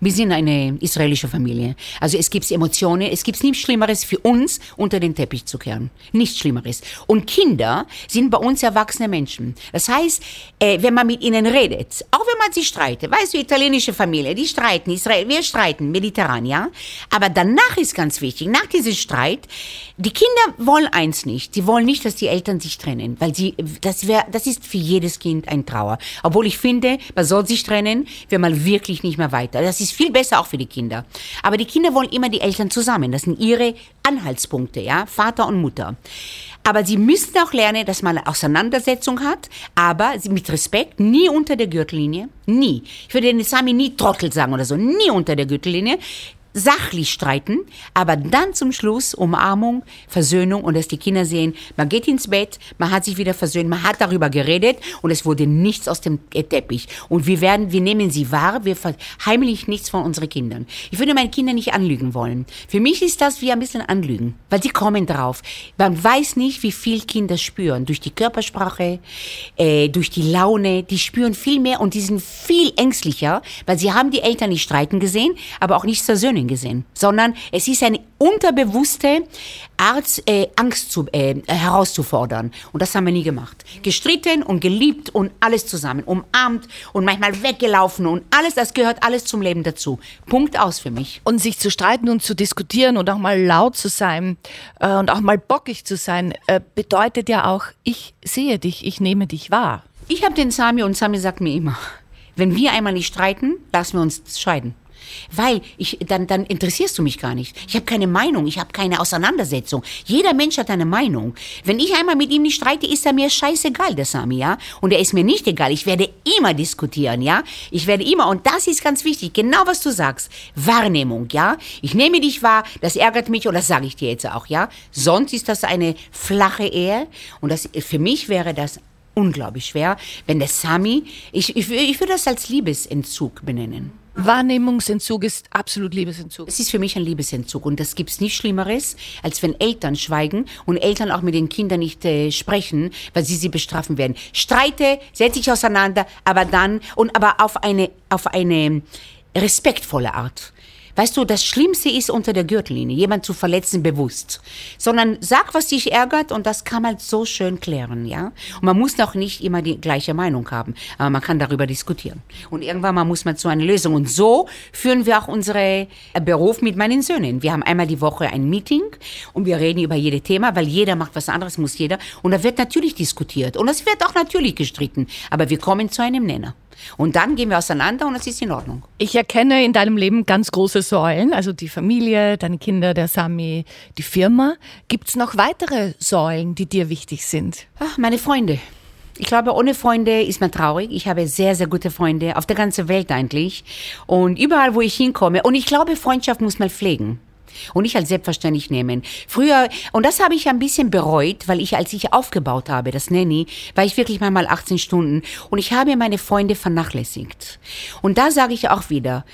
Wir sind eine israelische Familie. Also es gibt Emotionen, es gibt nichts Schlimmeres für uns, unter den Teppich zu kehren. Nichts Schlimmeres. Und Kinder sind bei uns erwachsene Menschen. Das heißt, äh, wenn man mit ihnen redet, auch wenn man sich streitet, weißt du, italienische Familie, die streiten, Israel, wir streiten, mediterran, ja. Aber danach ist ganz wichtig, nach diesem Streit, die Kinder wollen eins nicht. Die wollen nicht, dass die Eltern sich trennen, weil sie, das wäre, das ist für jedes Kind ein Trauer. Obwohl ich finde, man soll sich trennen, wenn man wirklich nicht mehr weiter. Das ist viel besser auch für die Kinder. Aber die Kinder wollen immer die Eltern zusammen. Das sind ihre Anhaltspunkte, ja, Vater und Mutter. Aber sie müssen auch lernen, dass man eine Auseinandersetzung hat, aber mit Respekt, nie unter der Gürtellinie, nie. Ich würde den Sami nie Trottel sagen oder so, nie unter der Gürtellinie. Sachlich streiten, aber dann zum Schluss Umarmung, Versöhnung und dass die Kinder sehen, man geht ins Bett, man hat sich wieder versöhnt, man hat darüber geredet und es wurde nichts aus dem Teppich. Und wir werden, wir nehmen sie wahr, wir verheimlichen nichts von unseren Kindern. Ich würde meine Kinder nicht anlügen wollen. Für mich ist das wie ein bisschen Anlügen, weil sie kommen drauf. Man weiß nicht, wie viel Kinder spüren, durch die Körpersprache, äh, durch die Laune, die spüren viel mehr und die sind viel ängstlicher, weil sie haben die Eltern nicht streiten gesehen, aber auch nicht versöhnen gesehen, sondern es ist eine unterbewusste Art, äh, Angst zu, äh, herauszufordern. Und das haben wir nie gemacht. Gestritten und geliebt und alles zusammen, umarmt und manchmal weggelaufen und alles, das gehört alles zum Leben dazu. Punkt aus für mich. Und sich zu streiten und zu diskutieren und auch mal laut zu sein äh, und auch mal bockig zu sein, äh, bedeutet ja auch, ich sehe dich, ich nehme dich wahr. Ich habe den Sami und Sami sagt mir immer, wenn wir einmal nicht streiten, lassen wir uns scheiden. Weil ich, dann, dann interessierst du mich gar nicht. Ich habe keine Meinung, ich habe keine Auseinandersetzung. Jeder Mensch hat eine Meinung. Wenn ich einmal mit ihm nicht streite, ist er mir scheißegal, der Sami, ja. Und er ist mir nicht egal. Ich werde immer diskutieren, ja. Ich werde immer, und das ist ganz wichtig, genau was du sagst. Wahrnehmung, ja. Ich nehme dich wahr, das ärgert mich und das sage ich dir jetzt auch, ja. Sonst ist das eine flache Ehe und das, für mich wäre das unglaublich schwer, wenn der Sami, ich, ich, ich würde das als Liebesentzug benennen. Wahrnehmungsentzug ist absolut Liebesentzug. Es ist für mich ein Liebesentzug und das gibt's nichts Schlimmeres, als wenn Eltern schweigen und Eltern auch mit den Kindern nicht äh, sprechen, weil sie sie bestrafen werden. Streite, setz dich auseinander, aber dann, und aber auf eine, auf eine respektvolle Art. Weißt du, das Schlimmste ist unter der Gürtellinie, jemand zu verletzen bewusst. Sondern sag, was dich ärgert und das kann man so schön klären, ja. Und man muss auch nicht immer die gleiche Meinung haben, aber man kann darüber diskutieren. Und irgendwann mal muss man zu einer Lösung. Und so führen wir auch unseren Beruf mit meinen Söhnen. Wir haben einmal die Woche ein Meeting und wir reden über jedes Thema, weil jeder macht was anderes, muss jeder. Und da wird natürlich diskutiert und es wird auch natürlich gestritten. Aber wir kommen zu einem Nenner. Und dann gehen wir auseinander und es ist in Ordnung. Ich erkenne in deinem Leben ganz große Säulen, also die Familie, deine Kinder, der Sami, die Firma. Gibt es noch weitere Säulen, die dir wichtig sind? Ach, meine Freunde. Ich glaube, ohne Freunde ist man traurig. Ich habe sehr, sehr gute Freunde, auf der ganzen Welt eigentlich. Und überall, wo ich hinkomme. Und ich glaube, Freundschaft muss man pflegen. Und nicht als selbstverständlich nehmen. Früher, und das habe ich ein bisschen bereut, weil ich, als ich aufgebaut habe, das Nanny, war ich wirklich manchmal achtzehn Stunden und ich habe meine Freunde vernachlässigt. Und da sage ich auch wieder,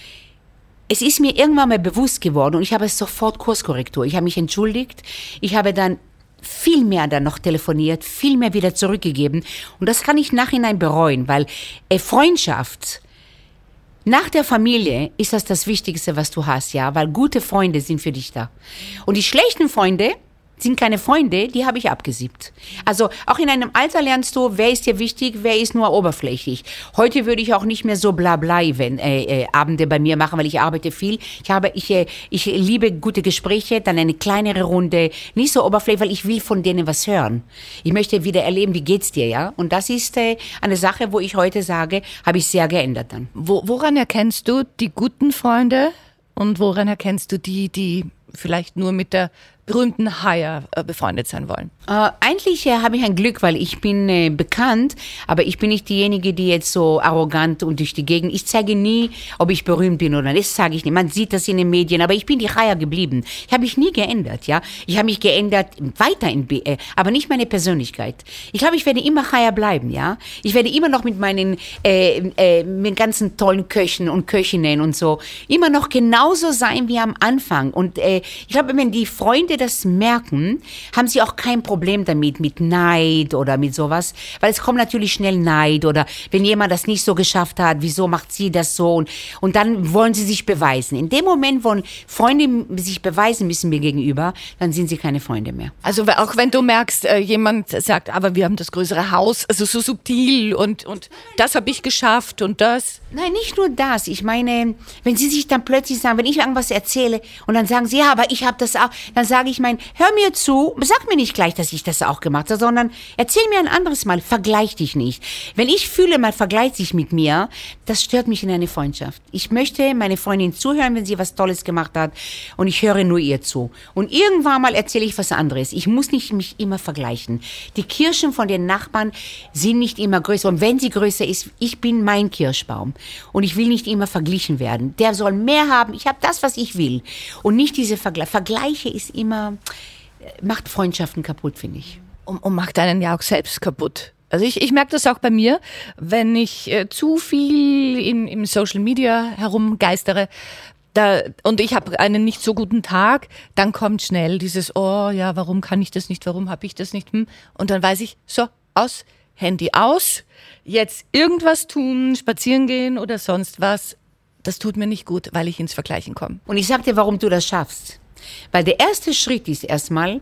es ist mir irgendwann mal bewusst geworden und ich habe sofort Kurskorrektur. Ich habe mich entschuldigt, ich habe dann viel mehr dann noch telefoniert, viel mehr wieder zurückgegeben und das kann ich nachhinein bereuen, weil äh, Freundschaft, nach der Familie ist das das Wichtigste, was du hast, ja, weil gute Freunde sind für dich da. Und die schlechten Freunde sind keine Freunde, die habe ich abgesiebt. Also auch in einem Alter lernst du, wer ist dir wichtig, wer ist nur oberflächlich. Heute würde ich auch nicht mehr so blabla wenn, äh, äh, Abende bei mir machen, weil ich arbeite viel. Ich habe, ich, äh, ich liebe gute Gespräche, dann eine kleinere Runde, nicht so oberflächlich, weil ich will von denen was hören. Ich möchte wieder erleben, wie geht's dir, ja? Und das ist äh, eine Sache, wo ich heute sage, habe ich sehr geändert dann. Wo, woran erkennst du die guten Freunde und woran erkennst du die, die vielleicht nur mit der berühmten Haya äh, befreundet sein wollen? Äh, eigentlich äh, habe ich ein Glück, weil ich bin äh, bekannt, aber ich bin nicht diejenige, die jetzt so arrogant und durch die Gegend, ich zeige nie, ob ich berühmt bin oder nicht, das sage ich nicht. Man sieht das in den Medien, aber ich bin die Haya geblieben. Ich habe mich nie geändert, ja. Ich habe mich geändert weiter, in, äh, aber nicht meine Persönlichkeit. Ich glaube, ich werde immer Haya bleiben, ja. Ich werde immer noch mit meinen äh, äh, mit ganzen tollen Köchen und Köchinnen und so immer noch genauso sein wie am Anfang. Und äh, ich glaube, wenn die Freunde das merken, haben sie auch kein Problem damit, mit Neid oder mit sowas, weil es kommt natürlich schnell Neid oder wenn jemand das nicht so geschafft hat, wieso macht sie das so und, und dann wollen sie sich beweisen. In dem Moment, wo Freunde sich beweisen müssen mir gegenüber, dann sind sie keine Freunde mehr. Also auch wenn du merkst, äh, jemand sagt, aber wir haben das größere Haus, also so subtil und, und das habe ich geschafft und das. Nein, nicht nur das. Ich meine, wenn sie sich dann plötzlich sagen, wenn ich irgendwas erzähle und dann sagen sie, ja, aber ich habe das auch, dann sage ich mein, hör mir zu, sag mir nicht gleich, dass ich das auch gemacht habe, sondern erzähl mir ein anderes Mal, vergleich dich nicht. Wenn ich fühle, man vergleicht sich mit mir, das stört mich in eine Freundschaft. Ich möchte meine Freundin zuhören, wenn sie was Tolles gemacht hat und ich höre nur ihr zu. Und irgendwann mal erzähle ich was anderes. Ich muss nicht mich immer vergleichen. Die Kirschen von den Nachbarn sind nicht immer größer und wenn sie größer ist, ich bin mein Kirschbaum. Und ich will nicht immer verglichen werden. Der soll mehr haben. Ich habe das, was ich will. Und nicht diese Vergleiche. Vergleiche ist immer, macht Freundschaften kaputt, finde ich. Und, und macht einen ja auch selbst kaputt. Also ich, ich merke das auch bei mir, wenn ich äh, zu viel in, im Social Media herumgeistere, da, und ich habe einen nicht so guten Tag, dann kommt schnell dieses, oh ja, warum kann ich das nicht, warum habe ich das nicht? Hm? Und dann weiß ich, so, aus, Handy aus, jetzt irgendwas tun, spazieren gehen oder sonst was, das tut mir nicht gut, weil ich ins Vergleichen komme. Und ich sag dir, warum du das schaffst. Weil der erste Schritt ist erstmal,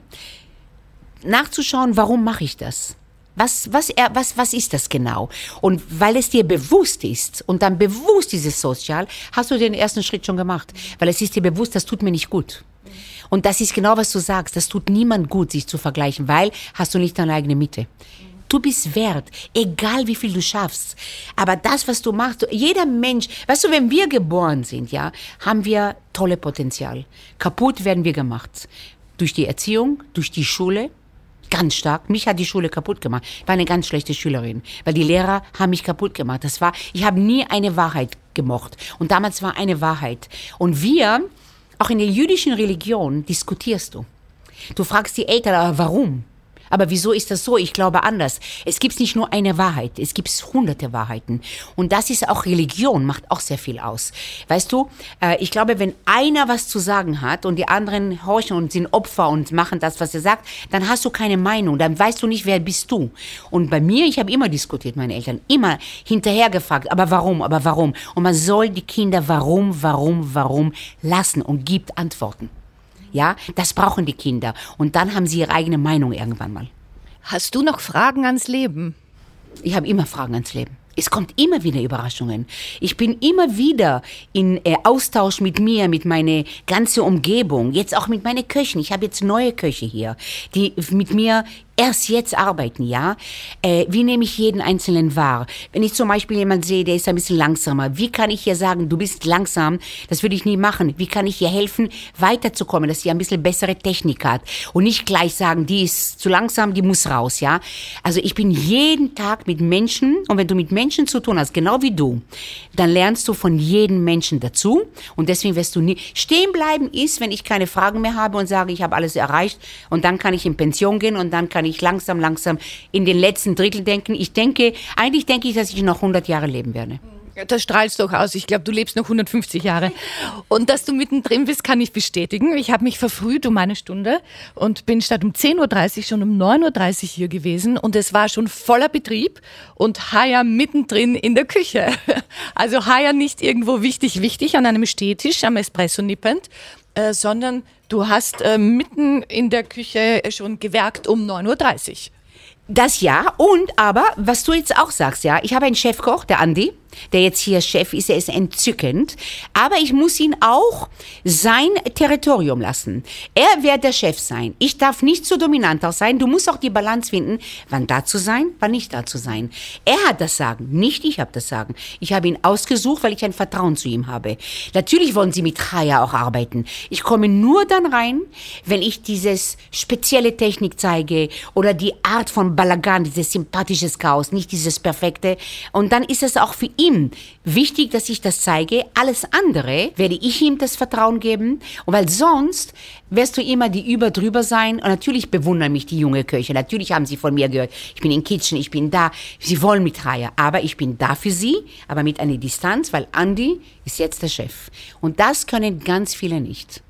nachzuschauen, warum mache ich das? Was, was, was, was ist das genau? Und weil es dir bewusst ist und dann bewusst dieses Sozial, hast du den ersten Schritt schon gemacht. Weil es ist dir bewusst, das tut mir nicht gut. Und das ist genau, was du sagst. Das tut niemand gut, sich zu vergleichen, weil hast du nicht deine eigene Mitte. Du bist wert, egal wie viel du schaffst. Aber das, was du machst, jeder Mensch, weißt du, wenn wir geboren sind, ja, haben wir tolle Potenzial. Kaputt werden wir gemacht. Durch die Erziehung, durch die Schule, ganz stark. Mich hat die Schule kaputt gemacht. Ich war eine ganz schlechte Schülerin, weil die Lehrer haben mich kaputt gemacht. Das war, ich habe nie eine Wahrheit gemocht. Und damals war eine Wahrheit. Und wir, auch in der jüdischen Religion, diskutierst du. Du fragst die Eltern, aber warum? Aber wieso ist das so? Ich glaube anders. Es gibt nicht nur eine Wahrheit, es gibt hunderte Wahrheiten. Und das ist auch Religion, macht auch sehr viel aus. Weißt du, äh, ich glaube, wenn einer was zu sagen hat und die anderen horchen und sind Opfer und machen das, was er sagt, dann hast du keine Meinung, dann weißt du nicht, wer bist du. Und bei mir, ich habe immer diskutiert, meine Eltern, immer hinterher gefragt, aber warum, aber warum? Und man soll die Kinder warum, warum, warum lassen und gibt Antworten. Ja, das brauchen die Kinder. Und dann haben sie ihre eigene Meinung irgendwann mal. Hast du noch Fragen ans Leben? Ich habe immer Fragen ans Leben. Es kommt immer wieder Überraschungen. Ich bin immer wieder in äh, Austausch mit mir, mit meiner ganzen Umgebung. Jetzt auch mit meinen Köchen. Ich habe jetzt neue Köche hier, die mit mir erst jetzt arbeiten, ja. Äh, wie nehme ich jeden Einzelnen wahr? Wenn ich zum Beispiel jemanden sehe, der ist ein bisschen langsamer, wie kann ich ihr sagen, du bist langsam, das würde ich nie machen. Wie kann ich ihr helfen, weiterzukommen, dass sie ein bisschen bessere Technik hat und nicht gleich sagen, die ist zu langsam, die muss raus, ja. Also ich bin jeden Tag mit Menschen und wenn du mit Menschen zu tun hast, genau wie du, dann lernst du von jedem Menschen dazu und deswegen wirst du nie stehen bleiben ist, wenn ich keine Fragen mehr habe und sage, ich habe alles erreicht und dann kann ich in Pension gehen und dann kann ich langsam, langsam in den letzten Drittel denken. Ich denke, eigentlich denke ich, dass ich noch hundert Jahre leben werde. Das strahlst doch aus. Ich glaube, du lebst noch hundertfünfzig Jahre. Und dass du mittendrin bist, kann ich bestätigen. Ich habe mich verfrüht um eine Stunde und bin statt um zehn Uhr dreißig schon um neun Uhr dreißig hier gewesen. Und es war schon voller Betrieb und Haya mittendrin in der Küche. Also Haya nicht irgendwo wichtig, wichtig an einem Stehtisch, am Espresso nippend, äh, sondern du hast äh, mitten in der Küche schon gewerkt um neun Uhr dreißig. Das ja, und aber, was du jetzt auch sagst, ja, ich habe einen Chefkoch, der Andi, der jetzt hier Chef ist, er ist entzückend, aber ich muss ihn auch sein Territorium lassen. Er wird der Chef sein. Ich darf nicht zu dominant auch sein. Du musst auch die Balance finden, wann da zu sein, wann nicht da zu sein. Er hat das Sagen, nicht ich habe das Sagen. Ich habe ihn ausgesucht, weil ich ein Vertrauen zu ihm habe. Natürlich wollen sie mit Haya auch arbeiten. Ich komme nur dann rein, wenn ich dieses spezielle Technik zeige oder die Art von Balagan, dieses sympathische Chaos, nicht dieses Perfekte. Und dann ist es auch für ihn wichtig, dass ich das zeige. Alles andere werde ich ihm das Vertrauen geben. Und weil sonst wirst du immer die über drüber sein. Und natürlich bewundern mich die junge Köche. Natürlich haben sie von mir gehört, ich bin in Kitchen, ich bin da. Sie wollen mit Haya. Aber ich bin da für sie, aber mit einer Distanz, weil Andi ist jetzt der Chef. Und das können ganz viele nicht.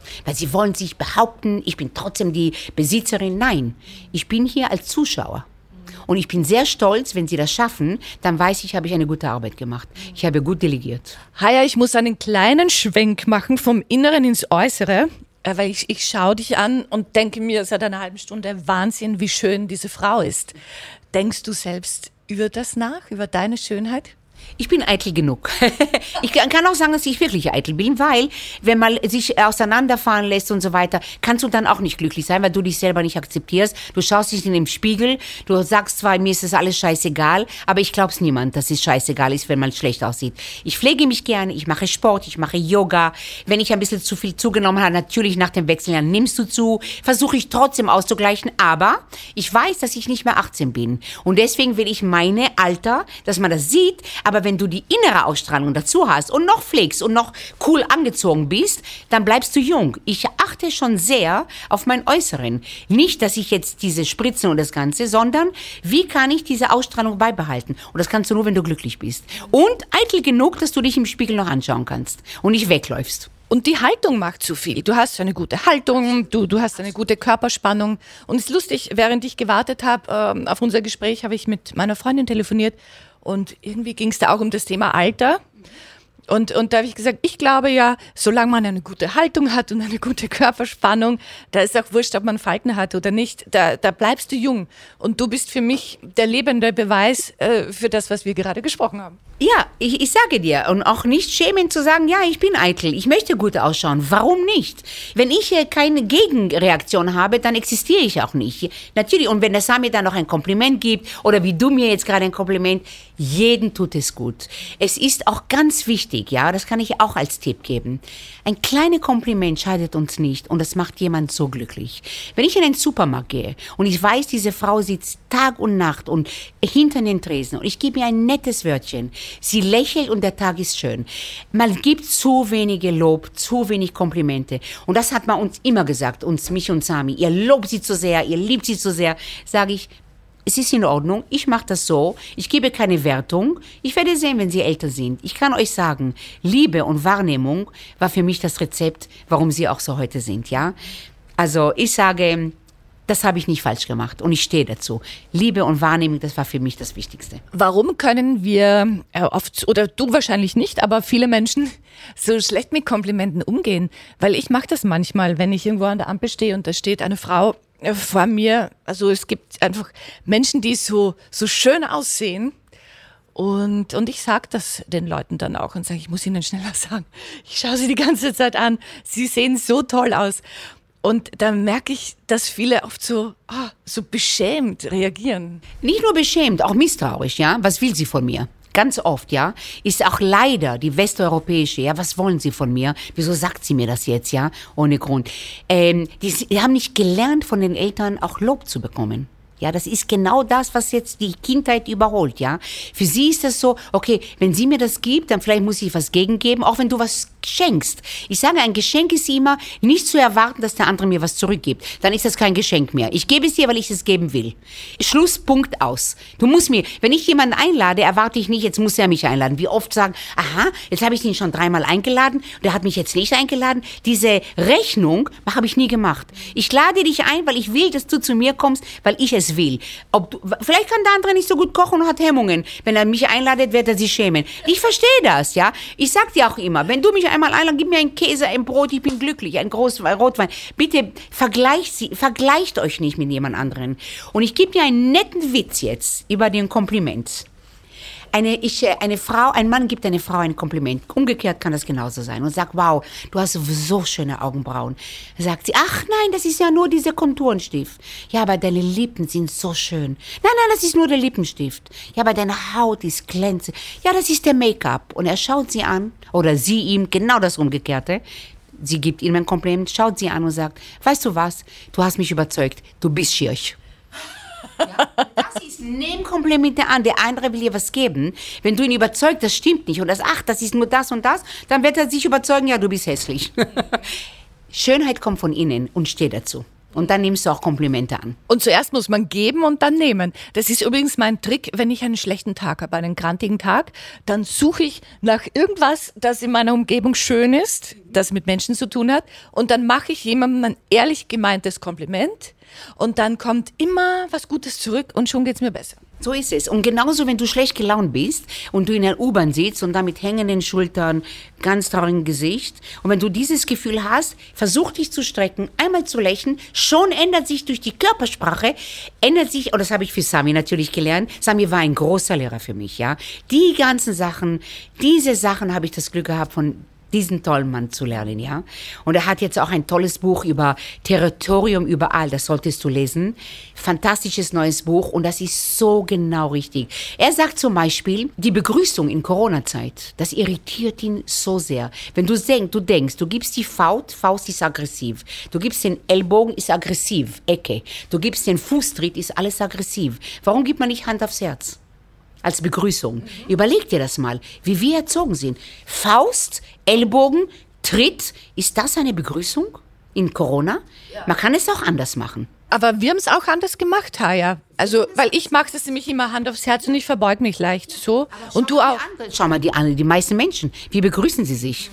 Weil sie wollen sich behaupten, ich bin trotzdem die Besitzerin. Nein, ich bin hier als Zuschauer. Und ich bin sehr stolz, wenn sie das schaffen, dann weiß ich, habe ich eine gute Arbeit gemacht. Ich habe gut delegiert. Haya, ich muss einen kleinen Schwenk machen vom Inneren ins Äußere, weil ich, ich schaue dich an und denke mir seit einer halben Stunde, Wahnsinn, wie schön diese Frau ist. Denkst du selbst über das nach, über deine Schönheit? Ich bin eitel genug. Ich kann auch sagen, dass ich wirklich eitel bin, weil wenn man sich auseinanderfahren lässt und so weiter, kannst du dann auch nicht glücklich sein, weil du dich selber nicht akzeptierst. Du schaust dich in den Spiegel, du sagst zwar, mir ist das alles scheißegal, aber ich glaub's niemand, dass es scheißegal ist, wenn man schlecht aussieht. Ich pflege mich gerne, ich mache Sport, ich mache Yoga. Wenn ich ein bisschen zu viel zugenommen habe, natürlich nach dem Wechsel, dann nimmst du zu, versuche ich trotzdem auszugleichen, aber ich weiß, dass ich nicht mehr achtzehn bin. Und deswegen will ich meine Alter, dass man das sieht, aber wenn du die innere Ausstrahlung dazu hast und noch pflegst und noch cool angezogen bist, dann bleibst du jung. Ich achte schon sehr auf mein Äußeren. Nicht, dass ich jetzt diese Spritzen und das Ganze, sondern wie kann ich diese Ausstrahlung beibehalten? Und das kannst du nur, wenn du glücklich bist. Und eitel genug, dass du dich im Spiegel noch anschauen kannst und nicht wegläufst. Und die Haltung macht zu viel. Du hast eine gute Haltung, du, du hast eine gute Körperspannung. Und es ist lustig, während ich gewartet habe äh, auf unser Gespräch, habe ich mit meiner Freundin telefoniert. Und irgendwie ging es da auch um das Thema Alter. Und, und da habe ich gesagt, ich glaube ja, solange man eine gute Haltung hat und eine gute Körperspannung, da ist auch wurscht, ob man Falten hat oder nicht, da, da bleibst du jung. Und du bist für mich der lebende Beweis äh, für das, was wir gerade gesprochen haben. Ja, ich, ich sage dir, und auch nicht schämen zu sagen, ja, ich bin eitel, ich möchte gut ausschauen. Warum nicht? Wenn ich äh, keine Gegenreaktion habe, dann existiere ich auch nicht. Natürlich, und wenn der Sami dann noch ein Kompliment gibt, oder wie du mir jetzt gerade ein Kompliment, jeden tut es gut. Es ist auch ganz wichtig, ja, das kann ich auch als Tipp geben. Ein kleines Kompliment schadet uns nicht und das macht jemand so glücklich. Wenn ich in den Supermarkt gehe und ich weiß, diese Frau sitzt Tag und Nacht und hinter den Tresen und ich gebe ihr ein nettes Wörtchen, sie lächelt und der Tag ist schön. Man gibt zu wenige Lob, zu wenig Komplimente. Und das hat man uns immer gesagt, uns, mich und Sami. Ihr lobt sie zu sehr, ihr liebt sie zu sehr. Sage ich, es ist in Ordnung, ich mache das so, ich gebe keine Wertung. Ich werde sehen, wenn sie älter sind. Ich kann euch sagen, Liebe und Wahrnehmung war für mich das Rezept, warum sie auch so heute sind, ja. Also ich sage, das habe ich nicht falsch gemacht und ich stehe dazu. Liebe und Wahrnehmung, das war für mich das Wichtigste. Warum können wir äh, oft, oder du wahrscheinlich nicht, aber viele Menschen so schlecht mit Komplimenten umgehen? Weil ich mache das manchmal, wenn ich irgendwo an der Ampel stehe und da steht eine Frau äh, vor mir. Also es gibt einfach Menschen, die so, so schön aussehen. Und, und ich sage das den Leuten dann auch und sage, ich muss ihnen schneller sagen. Ich schaue sie die ganze Zeit an. Sie sehen so toll aus. Und da merke ich, dass viele oft so, oh, so beschämt reagieren. Nicht nur beschämt, auch misstrauisch, ja. Was will sie von mir? Ganz oft, ja, ist auch leider die westeuropäische, ja, was wollen sie von mir? Wieso sagt sie mir das jetzt, ja, ohne Grund? Ähm, die, die haben nicht gelernt, von den Eltern auch Lob zu bekommen. Ja, das ist genau das, was jetzt die Kindheit überholt, ja. Für sie ist das so, okay, wenn sie mir das gibt, dann vielleicht muss ich was gegengeben, auch wenn du was schenkst. Ich sage, ein Geschenk ist immer nicht zu erwarten, dass der andere mir was zurückgibt. Dann ist das kein Geschenk mehr. Ich gebe es dir, weil ich es geben will. Schluss, Punkt, aus. Du musst mir, wenn ich jemanden einlade, erwarte ich nicht, jetzt muss er mich einladen. Wie oft sagen, aha, jetzt habe ich ihn schon dreimal eingeladen, der hat mich jetzt nicht eingeladen. Diese Rechnung habe ich nie gemacht. Ich lade dich ein, weil ich will, dass du zu mir kommst, weil ich es will. Ob du, vielleicht kann der andere nicht so gut kochen und hat Hemmungen. Wenn er mich einladet, wird er sich schämen. Ich verstehe das, ja. Ich sag dir auch immer, wenn du mich einmal einladest, gib mir einen Käse, ein Brot, ich bin glücklich, ein großes Rotwein. Bitte vergleicht, sie, vergleicht euch nicht mit jemand anderen. Und ich gebe dir einen netten Witz jetzt über den Kompliment. Eine, ich, eine Frau, ein Mann gibt einer Frau ein Kompliment. Umgekehrt kann das genauso sein. Und sagt, wow, du hast so schöne Augenbrauen. Sagt sie, ach nein, das ist ja nur dieser Konturenstift. Ja, aber deine Lippen sind so schön. Nein, nein, das ist nur der Lippenstift. Ja, aber deine Haut ist glänzend. Ja, das ist der Make-up. Und er schaut sie an, oder sie ihm, genau das Umgekehrte. Sie gibt ihm ein Kompliment, schaut sie an und sagt, weißt du was, du hast mich überzeugt, du bist schier. Ja, das ist Nebenkomplimente an. Der andere will dir was geben. Wenn du ihn überzeugt, das stimmt nicht und das, ach, das ist nur das und das, dann wird er sich überzeugen, ja, du bist hässlich. Schönheit kommt von innen und steh dazu. Und dann nimmst du auch Komplimente an. Und zuerst muss man geben und dann nehmen. Das ist übrigens mein Trick, wenn ich einen schlechten Tag habe, einen grantigen Tag, dann suche ich nach irgendwas, das in meiner Umgebung schön ist, das mit Menschen zu tun hat, und dann mache ich jemandem ein ehrlich gemeintes Kompliment und dann kommt immer was Gutes zurück und schon geht's mir besser. So ist es. Und genauso, wenn du schlecht gelaunt bist und du in der U-Bahn sitzt und da mit hängenden Schultern, ganz traurigem Gesicht, und wenn du dieses Gefühl hast, versuch dich zu strecken, einmal zu lächeln, schon ändert sich durch die Körpersprache, ändert sich, und das habe ich für Sami natürlich gelernt. Sami war ein großer Lehrer für mich, ja. Die ganzen Sachen, diese Sachen habe ich das Glück gehabt, von diesen tollen Mann zu lernen, ja. Und er hat jetzt auch ein tolles Buch über Territorium überall, das solltest du lesen. Fantastisches neues Buch, und das ist so genau richtig. Er sagt zum Beispiel, die Begrüßung in Corona-Zeit, das irritiert ihn so sehr. Wenn du denkst, du denkst, du gibst die Faust, Faust ist aggressiv. Du gibst den Ellbogen, ist aggressiv, Ecke. Du gibst den Fußtritt, ist alles aggressiv. Warum gibt man nicht Hand aufs Herz? Als Begrüßung. Mhm. Überleg dir das mal, wie wir erzogen sind. Faust, Ellbogen, Tritt, ist das eine Begrüßung in Corona? Ja. Man kann es auch anders machen. Aber wir haben es auch anders gemacht, Haya. Also, weil ich mache das nämlich immer Hand aufs Herz und ich verbeug mich leicht. So. Und du auch. Anderen, schau mal, die anderen, die meisten Menschen, wie begrüßen sie sich?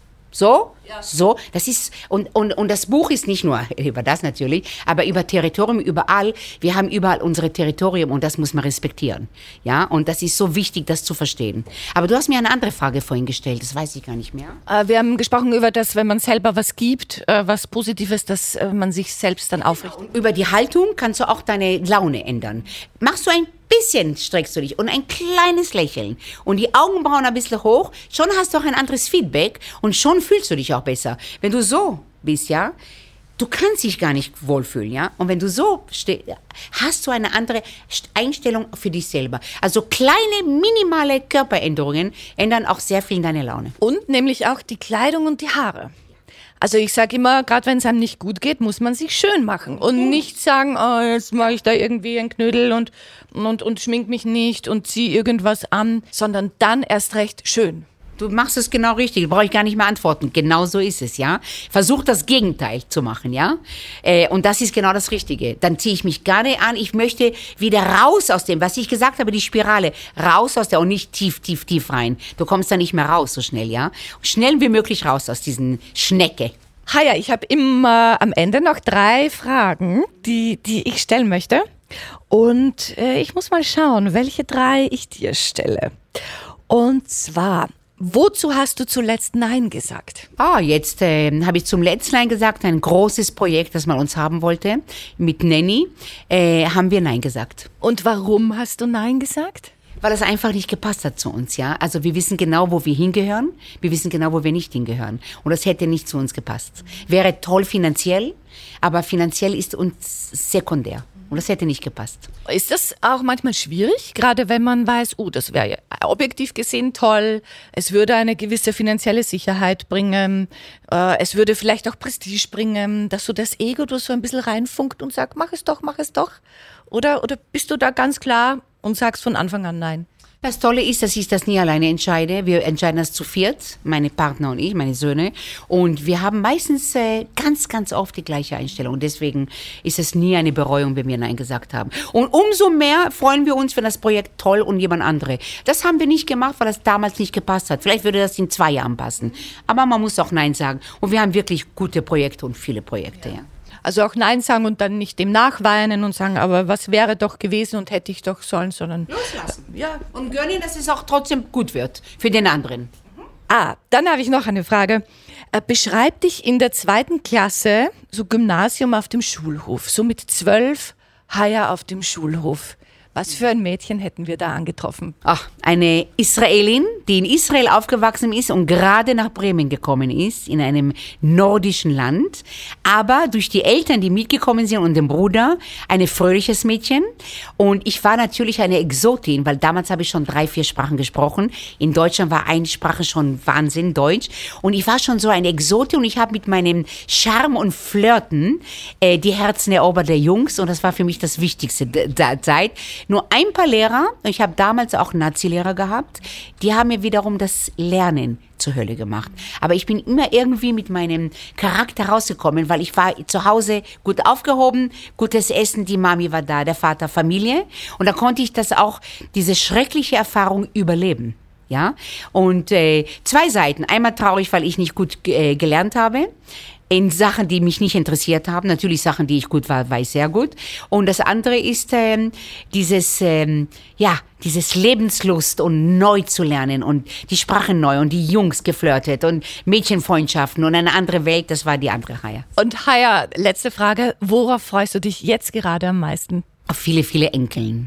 So, ja. so, das ist, und, und, und das Buch ist nicht nur über das natürlich, aber über Territorium überall. Wir haben überall unsere Territorium und das muss man respektieren. Ja, und das ist so wichtig, das zu verstehen. Aber du hast mir eine andere Frage vorhin gestellt, das weiß ich gar nicht mehr. Äh, wir haben gesprochen über das, wenn man selber was gibt, äh, was Positives, dass äh, man sich selbst dann aufrichtet. Und über die Haltung kannst du auch deine Laune ändern. Machst du ein bisschen, streckst du dich und ein kleines Lächeln und die Augenbrauen ein bisschen hoch, schon hast du auch ein anderes Feedback und schon fühlst du dich auch besser. Wenn du so bist, ja, du kannst dich gar nicht wohlfühlen, ja, und wenn du so stehst, hast du eine andere Einstellung für dich selber. Also kleine, minimale Körperänderungen ändern auch sehr viel deine Laune. Und nämlich auch die Kleidung und die Haare. Also ich sage immer, gerade wenn es einem nicht gut geht, muss man sich schön machen und nicht sagen, oh, jetzt mache ich da irgendwie einen Knödel und, und, und schmink mich nicht und zieh irgendwas an, sondern dann erst recht schön. Du machst es genau richtig, brauche ich gar nicht mehr antworten. Genau so ist es, ja. Versuch das Gegenteil zu machen, ja. Äh, und das ist genau das Richtige. Dann ziehe ich mich gerne an. Ich möchte wieder raus aus dem, was ich gesagt habe, die Spirale. Raus aus der und nicht tief, tief, tief rein. Du kommst da nicht mehr raus so schnell, ja. Schnell wie möglich raus aus diesen Schnecke. Haya, ich habe immer am Ende noch drei Fragen, die, die ich stellen möchte. Und äh, ich muss mal schauen, welche drei ich dir stelle. Und zwar, wozu hast du zuletzt Nein gesagt? Ah, jetzt äh, habe ich zum letzten Nein gesagt, ein großes Projekt, das man uns haben wollte, mit Nanny, äh, haben wir Nein gesagt. Und warum hast du Nein gesagt? Weil es einfach nicht gepasst hat zu uns, ja. Also wir wissen genau, wo wir hingehören, wir wissen genau, wo wir nicht hingehören. Und das hätte nicht zu uns gepasst. Wäre toll finanziell, aber finanziell ist uns sekundär. Und das hätte nicht gepasst. Ist das auch manchmal schwierig, gerade wenn man weiß, oh, das wäre ja objektiv gesehen toll, es würde eine gewisse finanzielle Sicherheit bringen, äh, es würde vielleicht auch Prestige bringen, dass so das Ego da so ein bisschen reinfunkt und sagt, mach es doch, mach es doch. Oder, oder bist du da ganz klar und sagst von Anfang an nein? Das Tolle ist, dass ich das nie alleine entscheide. Wir entscheiden das zu viert, meine Partner und ich, meine Söhne. Und wir haben meistens äh, ganz, ganz oft die gleiche Einstellung. Und deswegen ist es nie eine Bereuung, wenn wir Nein gesagt haben. Und umso mehr freuen wir uns, wenn das Projekt toll und jemand andere. Das haben wir nicht gemacht, weil das damals nicht gepasst hat. Vielleicht würde das in zwei Jahren passen. Aber man muss auch Nein sagen. Und wir haben wirklich gute Projekte und viele Projekte, ja. Also auch Nein sagen und dann nicht dem nachweinen und sagen, aber was wäre doch gewesen und hätte ich doch sollen, sondern loslassen. Ja, und gönnen, dass es auch trotzdem gut wird für den anderen. Mhm. Ah, dann habe ich noch eine Frage. Beschreib dich in der zweiten Klasse, so Gymnasium auf dem Schulhof, so mit zwölf, Haya auf dem Schulhof. Was für ein Mädchen hätten wir da angetroffen? Ach, eine Israelin, die in Israel aufgewachsen ist und gerade nach Bremen gekommen ist, in einem nordischen Land. Aber durch die Eltern, die mitgekommen sind und den Bruder, ein fröhliches Mädchen. Und ich war natürlich eine Exotin, weil damals habe ich schon drei, vier Sprachen gesprochen. In Deutschland war eine Sprache schon Wahnsinn, Deutsch. Und ich war schon so eine Exotin und ich habe mit meinem Charme und Flirten äh, die Herzen erobert der Jungs. Und das war für mich das Wichtigste der Zeit. Nur ein paar Lehrer, ich habe damals auch Nazi Musiklehrer gehabt. Die haben mir wiederum das Lernen zur Hölle gemacht. Aber ich bin immer irgendwie mit meinem Charakter rausgekommen, weil ich war zu Hause gut aufgehoben, gutes Essen, die Mami war da, der Vater, Familie. Und da konnte ich das auch, diese schreckliche Erfahrung überleben. Ja? Und äh, zwei Seiten. Einmal traurig, weil ich nicht gut äh, gelernt habe. In Sachen, die mich nicht interessiert haben. Natürlich Sachen, die ich gut war, war ich sehr gut. Und das andere ist ähm, dieses, ähm, ja, dieses Lebenslust und neu zu lernen und die Sprache neu und die Jungs geflirtet und Mädchenfreundschaften und eine andere Welt, das war die andere Haya. Und Haya, letzte Frage, worauf freust du dich jetzt gerade am meisten? Auf viele, viele Enkeln.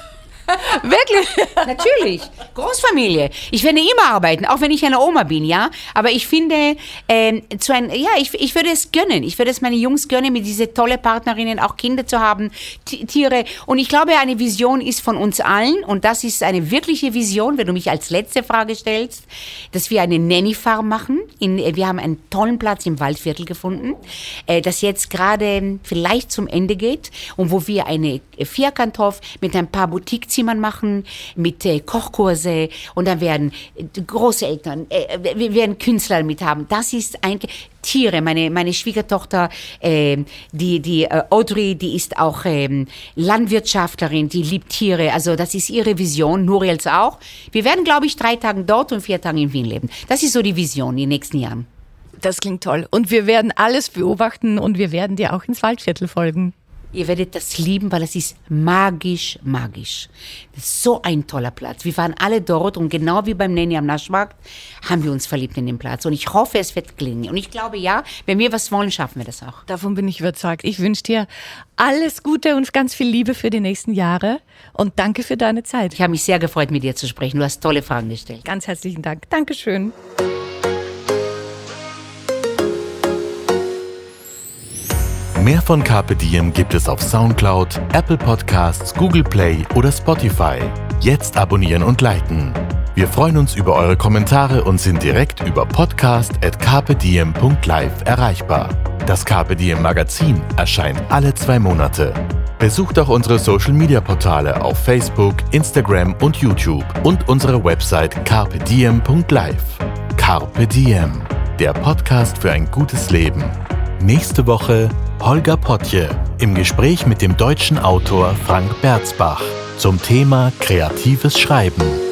Wirklich? Natürlich. Großfamilie. Ich werde immer arbeiten, auch wenn ich eine Oma bin, ja. Aber ich finde, äh, zu ein, ja, ich, ich würde es gönnen. Ich würde es meine Jungs gönnen, mit diese tolle Partnerinnen auch Kinder zu haben, T- Tiere. Und ich glaube, eine Vision ist von uns allen, und das ist eine wirkliche Vision, wenn du mich als letzte Frage stellst, dass wir eine Nanny-Farm machen. In, wir haben einen tollen Platz im Waldviertel gefunden, äh, das jetzt gerade vielleicht zum Ende geht und wo wir eine Vierkanthof mit ein paar Boutique machen, mit äh, Kochkurse, und dann werden äh, Großeltern, äh, wir werden Künstler mit haben. Das ist eigentlich Tiere. Meine, meine Schwiegertochter, äh, die, die äh, Audrey, die ist auch ähm, Landwirtschaftlerin, die liebt Tiere. Also das ist ihre Vision, Nuriels auch. Wir werden, glaube ich, drei Tage dort und vier Tage in Wien leben. Das ist so die Vision in den nächsten Jahren. Das klingt toll. Und wir werden alles beobachten und wir werden dir auch ins Waldviertel folgen. Ihr werdet das lieben, weil es ist magisch, magisch. Das ist so ein toller Platz. Wir waren alle dort und genau wie beim Nanny am Naschmarkt haben wir uns verliebt in den Platz. Und ich hoffe, es wird gelingen. Und ich glaube, ja, wenn wir was wollen, schaffen wir das auch. Davon bin ich überzeugt. Ich wünsche dir alles Gute und ganz viel Liebe für die nächsten Jahre. Und danke für deine Zeit. Ich habe mich sehr gefreut, mit dir zu sprechen. Du hast tolle Fragen gestellt. Ganz herzlichen Dank. Dankeschön. Mehr von Carpe Diem gibt es auf Soundcloud, Apple Podcasts, Google Play oder Spotify. Jetzt abonnieren und liken. Wir freuen uns über eure Kommentare und sind direkt über podcast at carpediem punkt live erreichbar. Das Carpe Diem Magazin erscheint alle zwei Monate. Besucht auch unsere Social-Media-Portale auf Facebook, Instagram und YouTube und unsere Website carpediem punkt live. Carpe Diem, der Podcast für ein gutes Leben. Nächste Woche Holger Potje im Gespräch mit dem deutschen Autor Frank Berzbach zum Thema kreatives Schreiben.